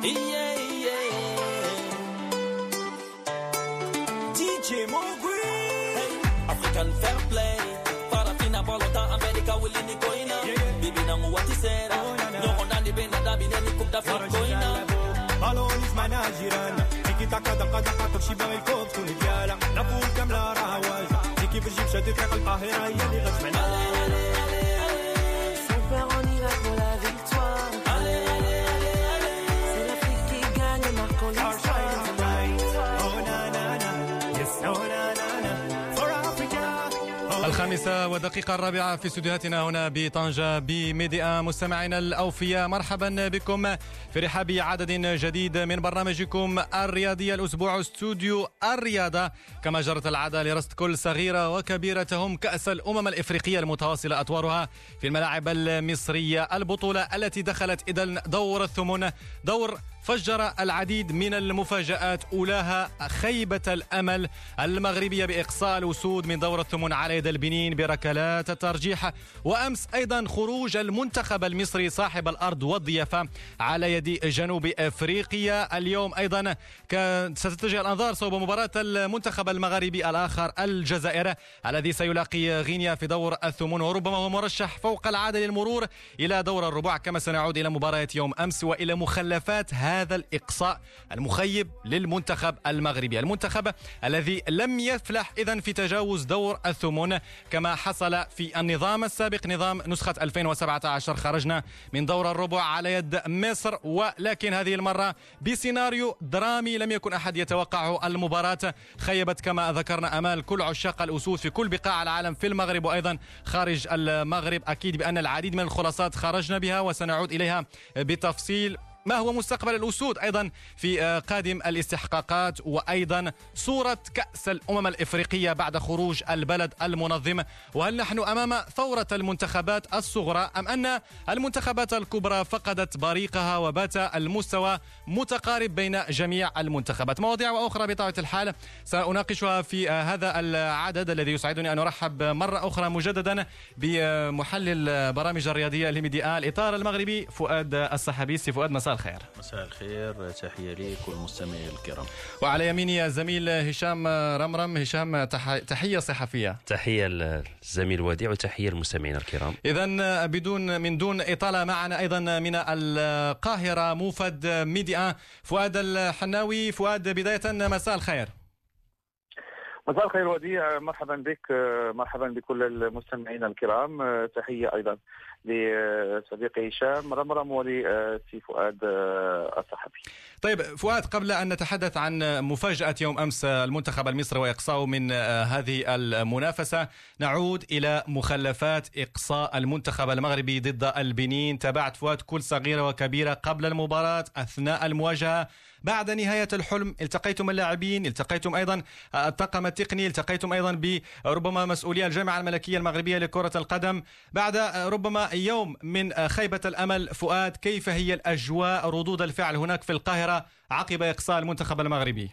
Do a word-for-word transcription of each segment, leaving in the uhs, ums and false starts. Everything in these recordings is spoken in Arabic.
African fair play, Farafina Bolota, America will in the coina. Bibi Nangu what is said, no one on the Benada, Binani cook the fat coina. Balon is managiran, Tiki Taka, Daka, Daka, Shiba, Coke, to the Gala, Napu, Kamla, Rawaz, Tiki Vijip, Shadik, Al-Pahira, Yali, Rasmana. Super, on y va pour la victoire. C'est l'Afrique qui gagne, Marco l'histoire. Oh, na, na, na, yes, oh, na, na, na, for Africa. الخامسة والدقيقة الرابعة في استديوهاتنا هنا بطنجة بميديا. مستمعينا الأوفياء، مرحبا بكم في رحاب عدد جديد من برنامجكم الرياضي الأسبوع استوديو الرياضة، كما جرت العادة لرصد كل صغيرة وكبيرة تهم كأس الأمم الإفريقية المتواصلة أطوارها في الملاعب المصرية. البطولة التي دخلت إذن دور الثمن، دور فجر العديد من المفاجآت، أولاها خيبة الأمل المغربية بإقصاء الأسود من دور الثمن على يد البنين بركلات الترجيح، وأمس أيضا خروج المنتخب المصري صاحب الأرض والضيافة على يد جنوب أفريقيا. اليوم أيضا ستتجه الأنظار صوب مباراة المنتخب المغربي الآخر الجزائر الذي سيلاقي غينيا في دور الثمن، وربما هو مرشح فوق العادة للمرور إلى دور الربع. كما سنعود إلى مباراة يوم أمس وإلى مخلفات هذا الإقصاء المخيب للمنتخب المغربي، المنتخب الذي لم يفلح إذن في تجاوز دور الثمن كما حصل في النظام السابق، نظام نسخة ألفين وسبعة عشر. خرجنا من دور الربع على يد مصر، ولكن هذه المرة بسيناريو درامي لم يكن أحد يتوقعه. المباراة خيبت كما ذكرنا أمال كل عشاق الأسود في كل بقاع العالم، في المغرب وأيضا خارج المغرب. أكيد بأن العديد من الخلاصات خرجنا بها وسنعود إليها بتفصيل. ما هو مستقبل الأسود أيضا في قادم الاستحقاقات، وأيضا صورة كأس الأمم الإفريقية بعد خروج البلد المنظم، وهل نحن أمام ثورة المنتخبات الصغرى أم أن المنتخبات الكبرى فقدت بريقها وبات المستوى متقارب بين جميع المنتخبات. مواضيع وأخرى بطبيعة الحال سأناقشها في هذا العدد الذي يسعدني أن أرحب مرة أخرى مجددا بمحلل برامج الرياضية لميديا الإطار المغربي فؤاد الصحابيسي. فؤاد، مساء الخير. مساء الخير، تحية لكل المستمعين الكرام. وعلى يميني الزميل هشام رمرم. هشام، تحية صحفية. تحية للزميل وديع وتحية للمستمعين الكرام. إذن بدون من دون إطالة، معنا أيضا من القاهرة موفد ميديا فؤاد الحناوي. فؤاد، بداية مساء الخير. مساء الخير وديع، مرحبا بك، مرحبا بكل المستمعين الكرام. تحية أيضا لصديقي هشام رمرم ولسي فؤاد الصحفي. طيب فؤاد، قبل أن نتحدث عن مفاجأة يوم أمس المنتخب المصري وإقصاؤه من هذه المنافسة، نعود إلى مخلفات إقصاء المنتخب المغربي ضد البنين. تابعت فؤاد كل صغيرة وكبيرة قبل المباراة، أثناء المواجهة، بعد نهاية الحلم. التقيتم اللاعبين، التقيتم أيضا الطاقم التقني، التقيتم أيضا بربما مسؤولي الجامعة الملكية المغربية لكرة القدم. بعد ربما يوم من خيبة الأمل، فؤاد، كيف هي الأجواء، ردود الفعل هناك في القاهرة عقب إقصاء المنتخب المغربي؟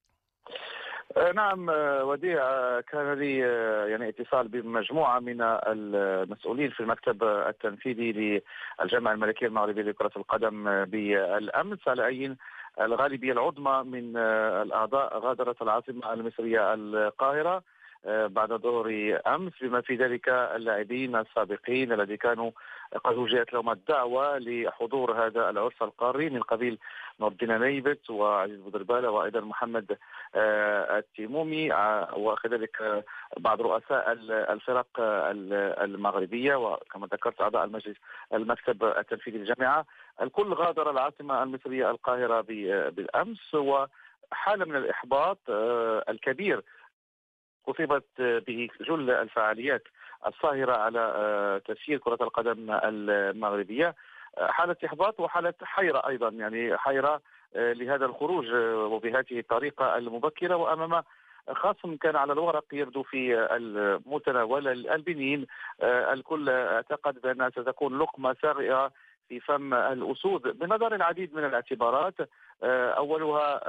نعم وديع، كان لي يعني اتصال بمجموعة من المسؤولين في المكتب التنفيذي للجامعة الملكية المغربية لكرة القدم بالأمس، على أي الغالبية العظمى من الأعضاء غادرت العاصمة المصرية القاهرة بعد ظهر أمس، بما في ذلك اللاعبين السابقين الذين كانوا قد وجهت لهم الدعوة لحضور هذا العرس القاري من قبيل نور الدين نيبت وعزيز بودربالة وأيضا محمد التيمومي، وكذلك بعض رؤساء الفرق المغربية، وكما ذكرت أعضاء المجلس المكتب التنفيذي للجامعة. الكل غادر العاصمة المصرية القاهرة بالأمس، وحالة من الإحباط الكبير أصيبت به جل الفعاليات الصاهرة على تسيير كرة القدم المغربية. حالة إحباط وحالة حيرة أيضا، يعني حيرة لهذا الخروج وبهذه الطريقة المبكرة وأمام خصم كان على الورق يبدو في المتناول. البنين الكل اعتقد بأنها ستكون لقمة صاغرة في فم الأسود بنظر العديد من الاعتبارات. أولها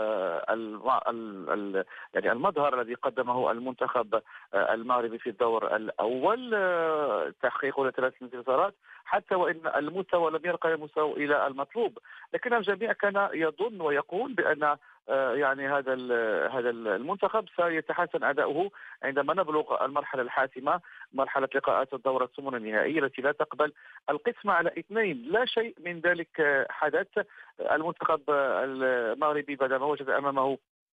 يعني المظهر الذي قدمه المنتخب المغربي في الدور الأول، تحقيق ثلاث انتصارات حتى وإن المستوى لم يرقى المستوى إلى المطلوب، لكن الجميع كان يظن ويقول بأن يعني هذا هذا المنتخب سيتحسن أداؤه عندما نبلغ المرحلة الحاسمة، مرحلة لقاءات الدورة الثمن النهائية التي لا تقبل القسمة على اثنين. لا شيء من ذلك حدث. المنتخب المغربي بعدما وجد أمامه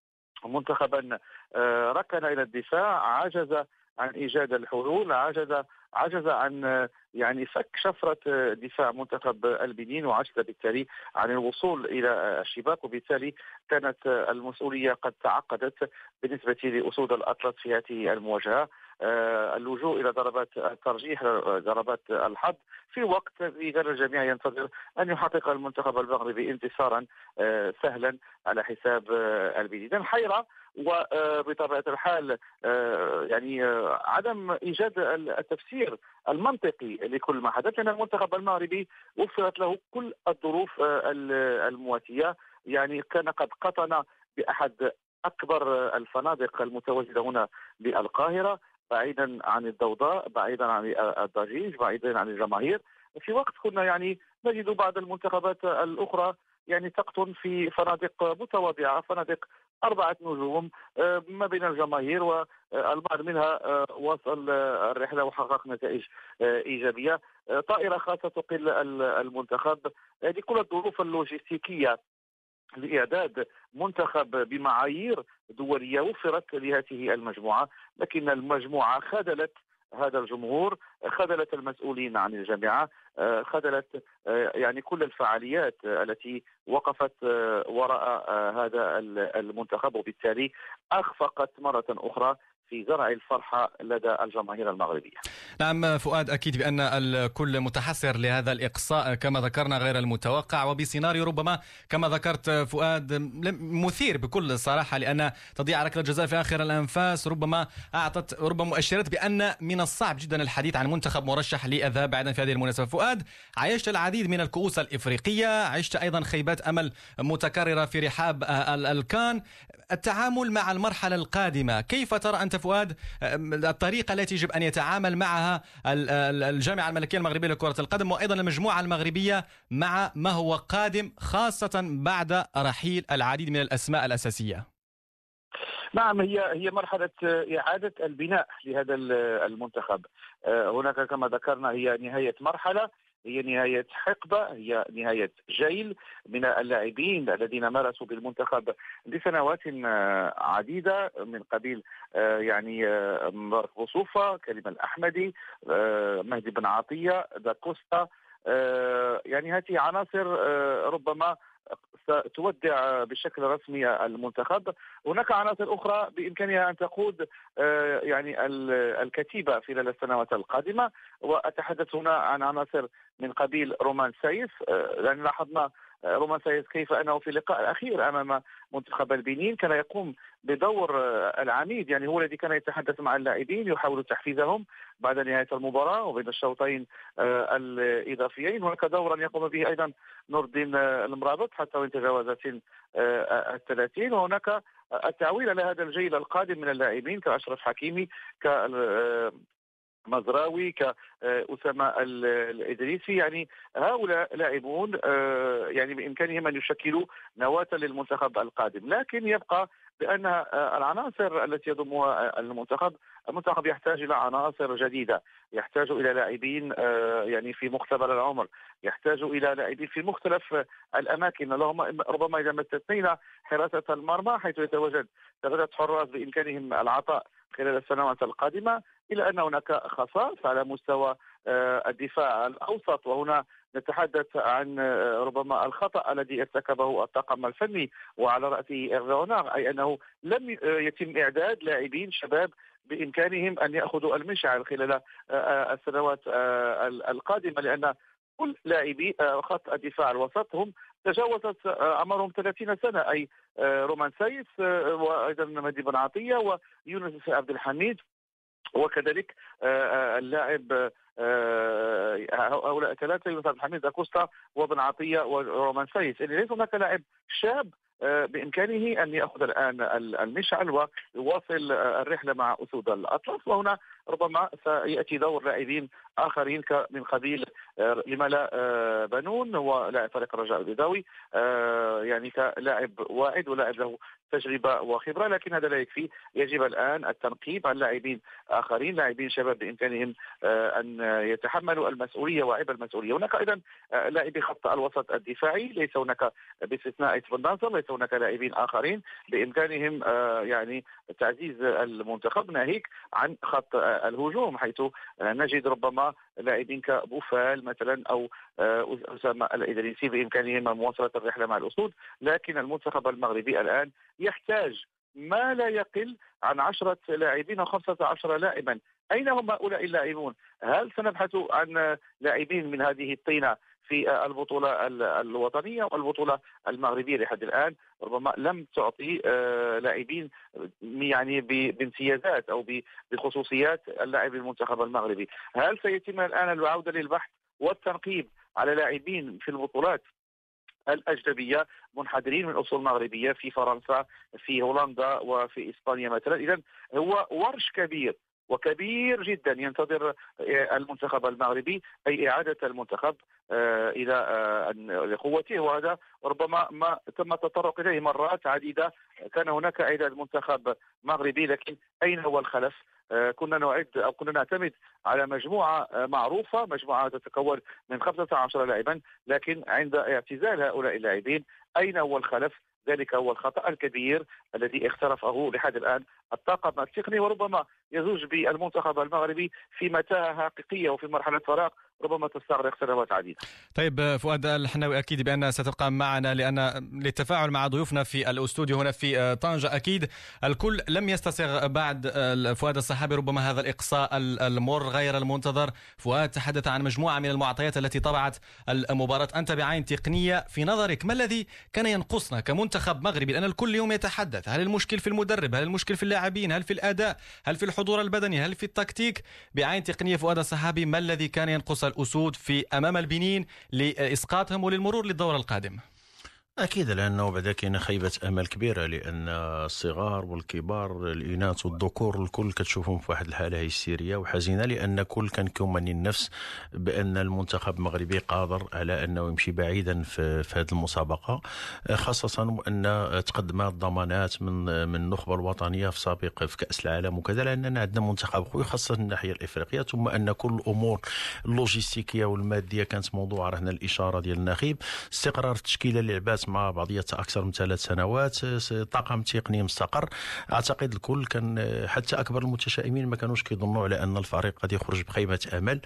منتخبا ركن إلى الدفاع، عجز عن إيجاد الحلول، عجز عجز عن يعني فك شفرة دفاع منتخب البنين، وعجز بالتالي عن الوصول إلى الشباك، وبالتالي كانت المسؤولية قد تعقدت بالنسبة لأسود الأطلس في هذه المواجهة. اللجوء إلى ضربات الترجيح، ضربات الحظ، في وقت كان الجميع ينتظر أن يحقق المنتخب المغربي انتصارا سهلا على حساب البنين. حيرة وبطبيعة الحال يعني عدم إيجاد التفسير المنطقي لكل ما حدث، لأن المنتخب المغربي وفرت له كل الظروف المواتية. يعني كان قد قطن بأحد أكبر الفنادق المتواجدة هنا بالقاهرة، بعيدا عن الضوضاء، بعيدا عن الضجيج، بعيدا عن الجماهير، في وقت كنا يعني نجد بعض المنتخبات الأخرى يعني تقطن في فنادق متواضعة، فنادق أربعة نجوم ما بين الجماهير، والبعض منها وصل الرحلة وحقق نتائج إيجابية. طائرة خاصة تقل المنتخب. هذه كل الظروف اللوجستيكية لإعداد منتخب بمعايير دولية وفرت لهذه المجموعة، لكن المجموعة خذلت هذا الجمهور، خذلت المسؤولين عن الجامعة، خذلت يعني كل الفعاليات التي وقفت وراء هذا المنتخب، وبالتالي أخفقت مرة أخرى في زرع الفرحة لدى الجماهير المغربية. نعم فؤاد، أكيد بأن الكل متحسر لهذا الإقصاء كما ذكرنا غير المتوقع، وبسيناريو ربما كما ذكرت فؤاد مثير بكل صراحة، لأن تضيع ركلة جزاء في آخر الأنفاس ربما أعطت ربما مؤشرات بأن من الصعب جدا الحديث عن منتخب مرشح للذهاب بعيدا في هذه المناسبة. فؤاد، عايشت العديد من الكؤوس الإفريقية، عشت أيضا خيبات أمل متكررة في رحاب الكان، التعامل مع المرحلة القادمة، كيف ترى أنت فؤاد الطريقة التي يجب أن يتعامل معها الجامعة الملكية المغربية لكرة القدم وأيضا المجموعة المغربية مع ما هو قادم، خاصة بعد رحيل العديد من الأسماء الأساسية؟ نعم، هي هي مرحلة إعادة البناء لهذا المنتخب. هناك كما ذكرنا هي نهاية مرحلة، هي نهاية حقبة، هي نهاية جيل من اللاعبين الذين مارسوا بالمنتخب لسنوات عديدة، من قبيل يعني مبارك بوصوفة، كريم الأحمدي، مهدي بن عطية، داكوستا. يعني هذه عناصر ربما ستودع بشكل رسمي المنتخب. هناك عناصر أخرى بإمكانها أن تقود يعني الكتيبة خلال السنوات القادمة، وأتحدث هنا عن عناصر من قبيل رومان سايس، لأن لاحظنا رومان سايس كيف أنه في اللقاء الأخير أمام منتخب البنين كان يقوم بدور العميد، يعني هو الذي كان يتحدث مع اللاعبين يحاول تحفيزهم بعد نهاية المباراة وبين الشوطين الإضافيين. هناك دورا يقوم به أيضا نور الدين المرابط حتى وإن تجاوزت الثلاثين. وهناك التعويل على هذا الجيل القادم من اللاعبين كأشرف حكيمي، ك مزراوي، كأسامة الإدريسي. يعني هؤلاء لاعبون يعني بإمكانهم أن يشكلوا نواة للمنتخب القادم، لكن يبقى بأن العناصر التي يضمها المنتخب المنتخب يحتاج إلى عناصر جديدة، يحتاج إلى لاعبين يعني في مقتبل العمر، يحتاج إلى لاعبين في مختلف الأماكن. اللهم ربما إذا ما استثنينا حراسة المرمى حيث يتواجد ثلاثة حراس بإمكانهم العطاء خلال السنوات القادمة، إلا أن هناك خصائص على مستوى الدفاع الأوسط، وهنا نتحدث عن ربما الخطأ الذي ارتكبه الطاقم الفني وعلى رأسه إيرفي، أي أنه لم يتم إعداد لاعبين شباب بإمكانهم أن يأخذوا المشعل خلال السنوات القادمة، لأن كل لاعبي خط الدفاع الوسط هم تجاوزت عمرهم ثلاثين سنة، أي رومان سايس وأيضا مهدي بن عطية ويونس عبد الحميد وكذلك اللاعب هؤلاء ثلاثة يونس عبد الحميد داكوستا وبن عطية ورومان سايس، اللي ليس هناك لاعب شاب بإمكانه أن يأخذ الآن المشعل ويواصل الرحلة مع أسود الأطلس. وهنا ربما سيأتي دور لاعبين آخرين من قبيل لما لا بنون ولاعب فريق الرجاء البيضاوي، يعني كلاعب واعد ولاعب له تجربة وخبرة، لكن هذا لا يكفي. يجب الآن التنقيب عن لاعبين آخرين، لاعبين شباب بإمكانهم أن يتحملوا المسؤولية وعبء المسؤولية. هناك أيضا لاعبي خط الوسط الدفاعي، ليس هناك باستثناء بن ناصر، ليس هناك لاعبين آخرين بإمكانهم يعني تعزيز المنتخب، ناهيك عن خط الهجوم، حيث نجد ربما لاعبين كبوفال مثلا أو أسامة الإدريسي بإمكانهم مواصلة الرحلة مع الأسود. لكن المنتخب المغربي الآن يحتاج ما لا يقل عن عشرة لاعبين أو خمسة عشر لاعبا. أين هم هؤلاء اللاعبون؟ هل سنبحث عن لاعبين من هذه الطينة في البطولة الوطنية والبطولة المغربية؟ لحد الآن ربما لم تعطي لاعبين يعني بامتيازات أو بخصوصيات اللاعب المنتخب المغربي. هل سيتم الآن العودة للبحث والتنقيب على لاعبين في البطولات الأجنبية منحدرين من أصول مغربية في فرنسا في هولندا وفي إسبانيا مثلا؟ إذن هو ورش كبير وكبير جدا ينتظر المنتخب المغربي، أي إعادة المنتخب إلى قوته، وهذا ربما ما تم التطرق إليه مرات عديدة. كان هناك إعادة منتخب مغربي، لكن أين هو الخلف؟ كنا نعد أو كنا نعتمد على مجموعة معروفة، مجموعة تتكون من خمسة عشر لاعبا، لكن عند اعتزال هؤلاء اللاعبين أين هو الخلف؟ ذلك هو الخطأ الكبير الذي اخترفه لحد الآن الطاقم التقني، وربما يزوج بالمنتخب المغربي في متاهة حقيقية وفي مرحلة فراغ ربما تستغرق سنوات عديدة. طيب فؤاد الحناوي، أكيد بأن ستبقى معنا لأن للتفاعل مع ضيوفنا في الاستوديو هنا في طنجة. أكيد الكل لم يستسغ بعد فؤاد الصحابي ربما هذا الإقصاء المر غير المنتظر. فؤاد تحدث عن مجموعة من المعطيات التي طبعت المباراة. أنت بعين تقنية في نظرك ما الذي كان ينقصنا كمنتخب مغربي؟ لأن الكل يوم يتحدث، هل المشكل في المدرب؟ هل المشكل في اللاعبين؟ هل في الأداء؟ هل في الحضور البدني؟ هل في التكتيك؟ بعين تقنية فؤاد الصحابي ما الذي كان ينقص الأسود في أمام البنين لإسقاطهم وللمرور للدور القادم؟ أكيد لأنه بعد كاين خيبة أمل كبيرة، لأن الصغار والكبار الإناث والذكور الكل كتشوفهم في واحد الحالة هستيرية وحزينة، لأن كل كان كيمني النفس بأن المنتخب المغربي قادر على أنه يمشي بعيدا في, في هذه المسابقة، خاصة وأن تقدمت ضمانات من من النخبة الوطنية في سابق في كأس العالم وكذا، لأننا عندنا منتخب قوي خاصة الناحية الإفريقية، ثم أن كل الأمور اللوجستيكية والمادية كانت موضوع رهن الإشارة ديال النخيب، استقرار التشكيلة اللي لعبات مع بعضية أكثر من ثلاث سنوات، طاقم تقني مستقر. أعتقد الكل كان حتى أكبر المتشائمين ما كانوش كيظنوا على أن الفريق قد يخرج بخيمة أمل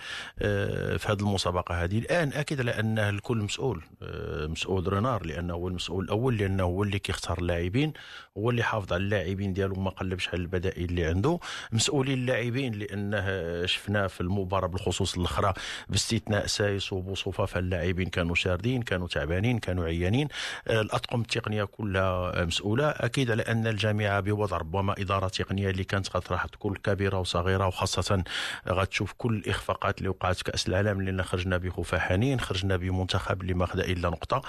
في هذه المسابقة هذه. الآن أكيد على أن الكل مسؤول، مسؤول رينار لأنه هو المسؤول الأول، لأنه هو اللي كيختار اللاعبين، هو اللي حافظ على اللاعبين ديالو ما قلبش على البدائل اللي عنده. مسؤولين اللاعبين لأنه شفناه في المباراة بالخصوص الأخرى باستثناء سايس وبوصوفة، فاللاعبين كانوا شاردين، كانوا تعبانين، كانوا عيانين. الأطقم التقنية كلها مسؤولة. أكيد على أن الجامعة بوضع ربما إدارة تقنية اللي كانت قد راح تكون كبيرة وصغيرة، وخاصة غتشوف كل الإخفاقات اللي وقعت في كأس العالم، لأن خرجنا بخفاء حنين، خرجنا بمنتخب اللي ما أخذ إلا نقطة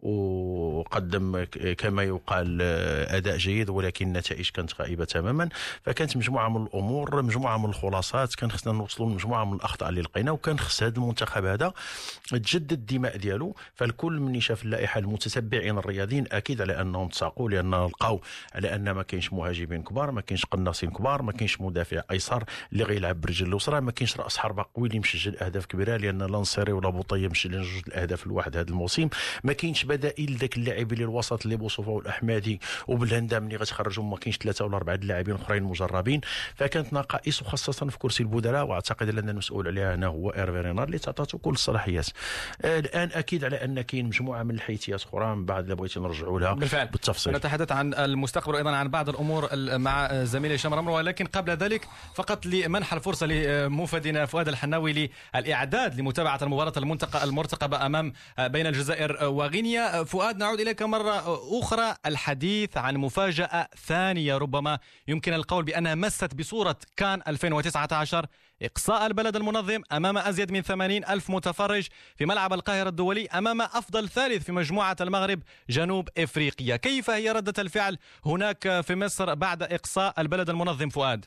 وقدم كما يقال أداء جيد، ولكن النتائج كانت غائبة تماما. فكانت مجموعة من الأمور، مجموعة من الخلاصات، كان خصنا نوصلوا لمجموعة من الأخطاء اللي لقينا، وكان خص هذا المنتخب هذا تجدد الدماء ديالو. فالكل من شاف اللائحة المتتبعين الرياضيين اكيد على انهم تساقوا، لان لقاو على ان ما كاينش مهاجمين كبار، ما كاينش قناصين كبار، ما كاينش مدافع ايسر اللي غيلعب برجل اليسرى، ما كاينش راس حربه قوي اللي مسجل اهداف كبيره، لان لا نصيري ولا بوطيه مسجلين جوج الاهداف الواحد هذا الموسم. ما كاينش بدائل ذاك اللاعبين اللي الوسط اللي بوصوفه والاحمدي وبالهندا ملي غتخرجوا ما كاينش ثلاثه ولا اربعه اللاعبين اخرين مجربين. فكانت نقائص، وخاصه في كرسي البدلاء، واعتقد ان المسؤول عليها هنا هو ايرفي رينار اللي تعطاته كل الصلاحيات. الان اكيد على ان كاين مجموعه من الحيثيات اخرى من بعد اذا بغيتي نرجعوا لها بالفعل بالتفصيل. نتحدث عن المستقبل وايضا عن بعض الامور مع زميلي هشام رمرو، ولكن قبل ذلك فقط لمنح الفرصه لمفادنا فؤاد الحناوي للاعداد لمتابعه المباراه المرتقبه امام بين الجزائر وغينيا. فؤاد، نعود اليك مره اخرى، الحديث عن مفاجاه ثانيه ربما يمكن القول بانها مست بصوره كان ألفين وتسعة عشر، إقصاء البلد المنظم أمام أزيد من ثمانين ألف متفرج في ملعب القاهرة الدولي أمام أفضل ثالث في مجموعة المغرب جنوب إفريقيا. كيف هي ردة الفعل هناك في مصر بعد إقصاء البلد المنظم فؤاد؟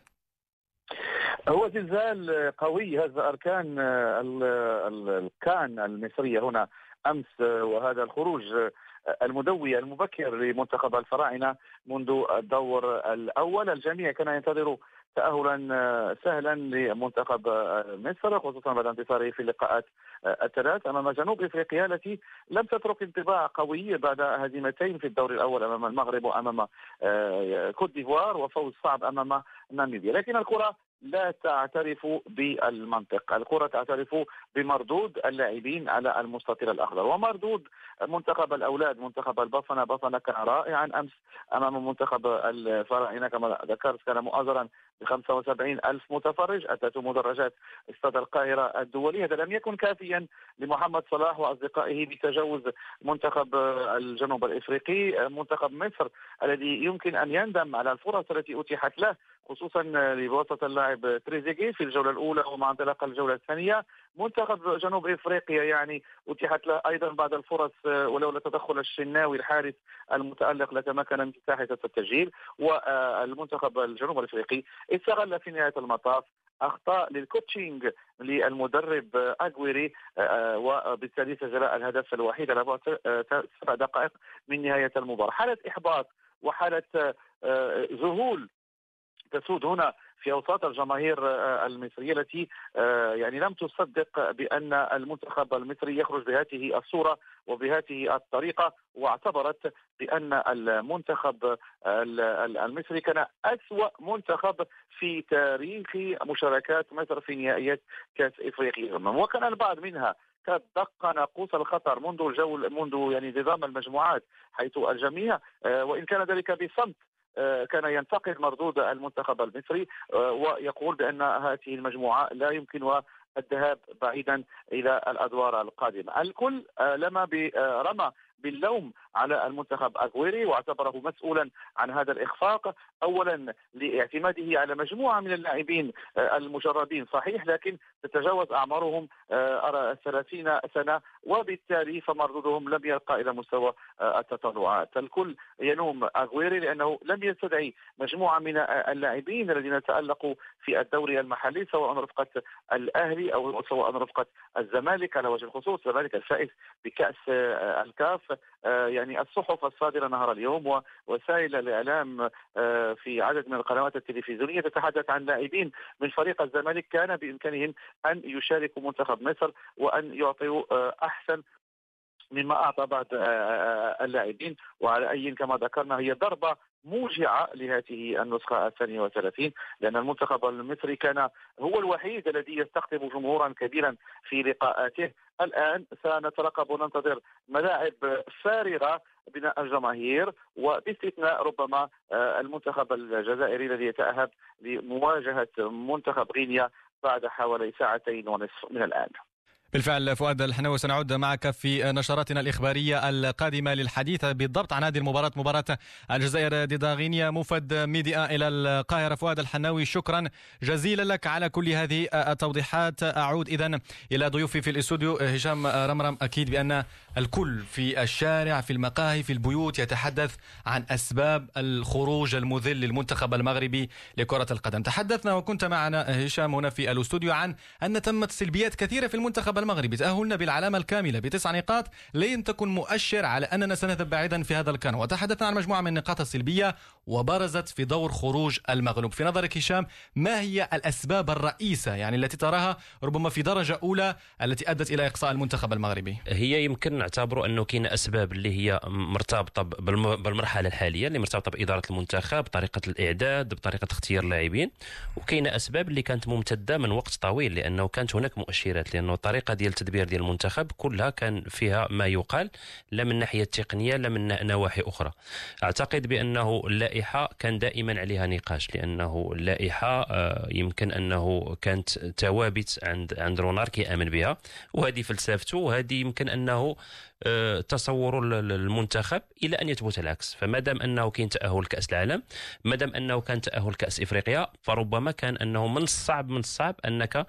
هو زلزال قوي هز أركان الكان المصرية هنا أمس، وهذا الخروج المدوي المبكر لمنتخب الفراعنة منذ الدور الأول. الجميع كان ينتظر تأهلا سهلا لمنتخب مصر، خصوصا بعد انتصاره في اللقاءات الثلاث امام جنوب افريقيا التي لم تترك انطباع قوي بعد هزيمتين في الدور الاول امام المغرب وامام كوت ديفوار وفوز صعب امام ناميبيا. لكن الكرة لا تعترف بالمنطق، الكرة تعترف بمردود اللاعبين على المستطيل الأخضر ومردود منتخب الأولاد منتخب البفنة. بفنة كان رائعا أمس أمام منتخب الفراعنة كما ذكرت، كان مؤازرا ب خمسة وسبعين ألف متفرج، أتته مدرجات استاد القاهرة الدولي. هذا لم يكن كافيا لمحمد صلاح وأصدقائه بتجاوز منتخب الجنوب الإفريقي. منتخب مصر الذي يمكن أن يندم على الفرص التي أتيحت له، خصوصا بواسطة اللاعب تريزيجيه في الجولة الأولى ومع انطلاق الجولة الثانية. منتخب جنوب إفريقيا يعني أتيحت له أيضا بعض الفرص، ولولا تدخل الشناوي الحارس المتألق لتمكن من افتتاح التسجيل. والمنتخب الجنوب الإفريقي استغل في نهاية المطاف أخطاء للكوتشينج للمدرب أغويري، وبالتالي سجل الهدف الوحيد على بعد سبع دقائق من نهاية المباراة. حالة إحباط وحالة ذهول تسود هنا في أوساط الجماهير المصرية التي يعني لم تصدق بأن المنتخب المصري يخرج بهذه الصورة وبهذه الطريقة، واعتبرت بأن المنتخب المصري كان أسوأ منتخب في تاريخ مشاركات مصر في نهائيات كأس إفريقيا، وكان البعض منها قد دق ناقوس الخطر منذ الجول منذ يعني نظام المجموعات، حيث الجميع وإن كان ذلك بصمت كان ينتقد مردود المنتخب المصري ويقول بأن هذه المجموعة لا يمكنها الذهاب بعيدا إلى الأدوار القادمة. الكل لما رمى باللوم على المنتخب أغويري واعتبره مسؤولا عن هذا الإخفاق، أولا لاعتماده على مجموعة من اللاعبين المجردين صحيح، لكن تتجاوز أعمارهم ثلاثين سنة، وبالتالي فمردودهم لم يرقى إلى مستوى التطلعات. الكل يلوم أغويري لأنه لم يستدعي مجموعة من اللاعبين الذين تألقوا في الدوري المحلي، سواء رفقة الأهلي أو سواء رفقة الزمالك على وجه الخصوص، الزمالك الفائز بكأس الكاف. يعني الصحف الصادرة نهار اليوم ووسائل الإعلام في عدد من القنوات التلفزيونية تتحدث عن لاعبين من فريق الزمالك كان بإمكانهم أن يشاركوا منتخب مصر وأن يعطوا أحسن مما أعطى بعض اللاعبين. وعلى أي كما ذكرنا هي ضربة موجعة لهذه النسخة الثانية وثلاثين، لأن المنتخب المصري كان هو الوحيد الذي يستقطب جمهورا كبيرا في لقاءاته. الآن سنترقب وننتظر ملاعب فارغة بناء الجماهير، وباستثناء ربما المنتخب الجزائري الذي يتأهب لمواجهة منتخب غينيا بعد حوالي ساعتين ونصف من الآن. بالفعل فؤاد الحناوي، سنعود معك في نشراتنا الإخبارية القادمة للحديث بالضبط عن هذه المباراة، مباراة الجزائر ضد غينيا. مفد ميديا إلى القاهرة. فؤاد الحناوي، شكرا جزيلا لك على كل هذه التوضيحات. أعود إذن إلى ضيوفي في الاستوديو. هشام رمرم، أكيد بأن الكل في الشارع في المقاهي في البيوت يتحدث عن أسباب الخروج المذل للمنتخب المغربي لكرة القدم. تحدثنا وكنت معنا هشام هنا في الاستوديو عن أن تمت سلبيات كثيرة في المنتخب المغربي. تأهلنا بالعلامة الكاملة بتسع نقاط لن تكن مؤشر على أننا سنذهب بعيدا في هذا الكان، وتحدثنا عن مجموعة من النقاط السلبية وبرزت في دور خروج المغلوب. في نظرك هشام، ما هي الأسباب الرئيسة يعني التي تراها ربما في درجة أولى التي أدت إلى إقصاء المنتخب المغربي؟ هي يمكن نعتبروا أنه كاين أسباب اللي هي مرتبطة بالمرحلة الحالية، اللي مرتبطة بإدارة المنتخب، بطريقة الإعداد، بطريقة اختيار اللاعبين، وكاين أسباب اللي كانت ممتدة من وقت طويل، لأنه كانت هناك مؤشرات، لأنه طريقة الطريقه ديال التدبير ديال المنتخب كلها كان فيها ما يقال، لا من الناحيه التقنيه لا من نواحي اخرى. اعتقد بانه اللائحه كان دائما عليها نقاش، لانه اللائحه يمكن انه كانت ثوابت عند عند رونار كيامن بها، وهذه فلسفته، وهذه يمكن انه تصور المنتخب الى ان يثبت العكس. فما دام انه كاين تاهل كاس العالم، ما دام انه كان تاهل كاس افريقيا، فربما كان انه من الصعب من الصعب انك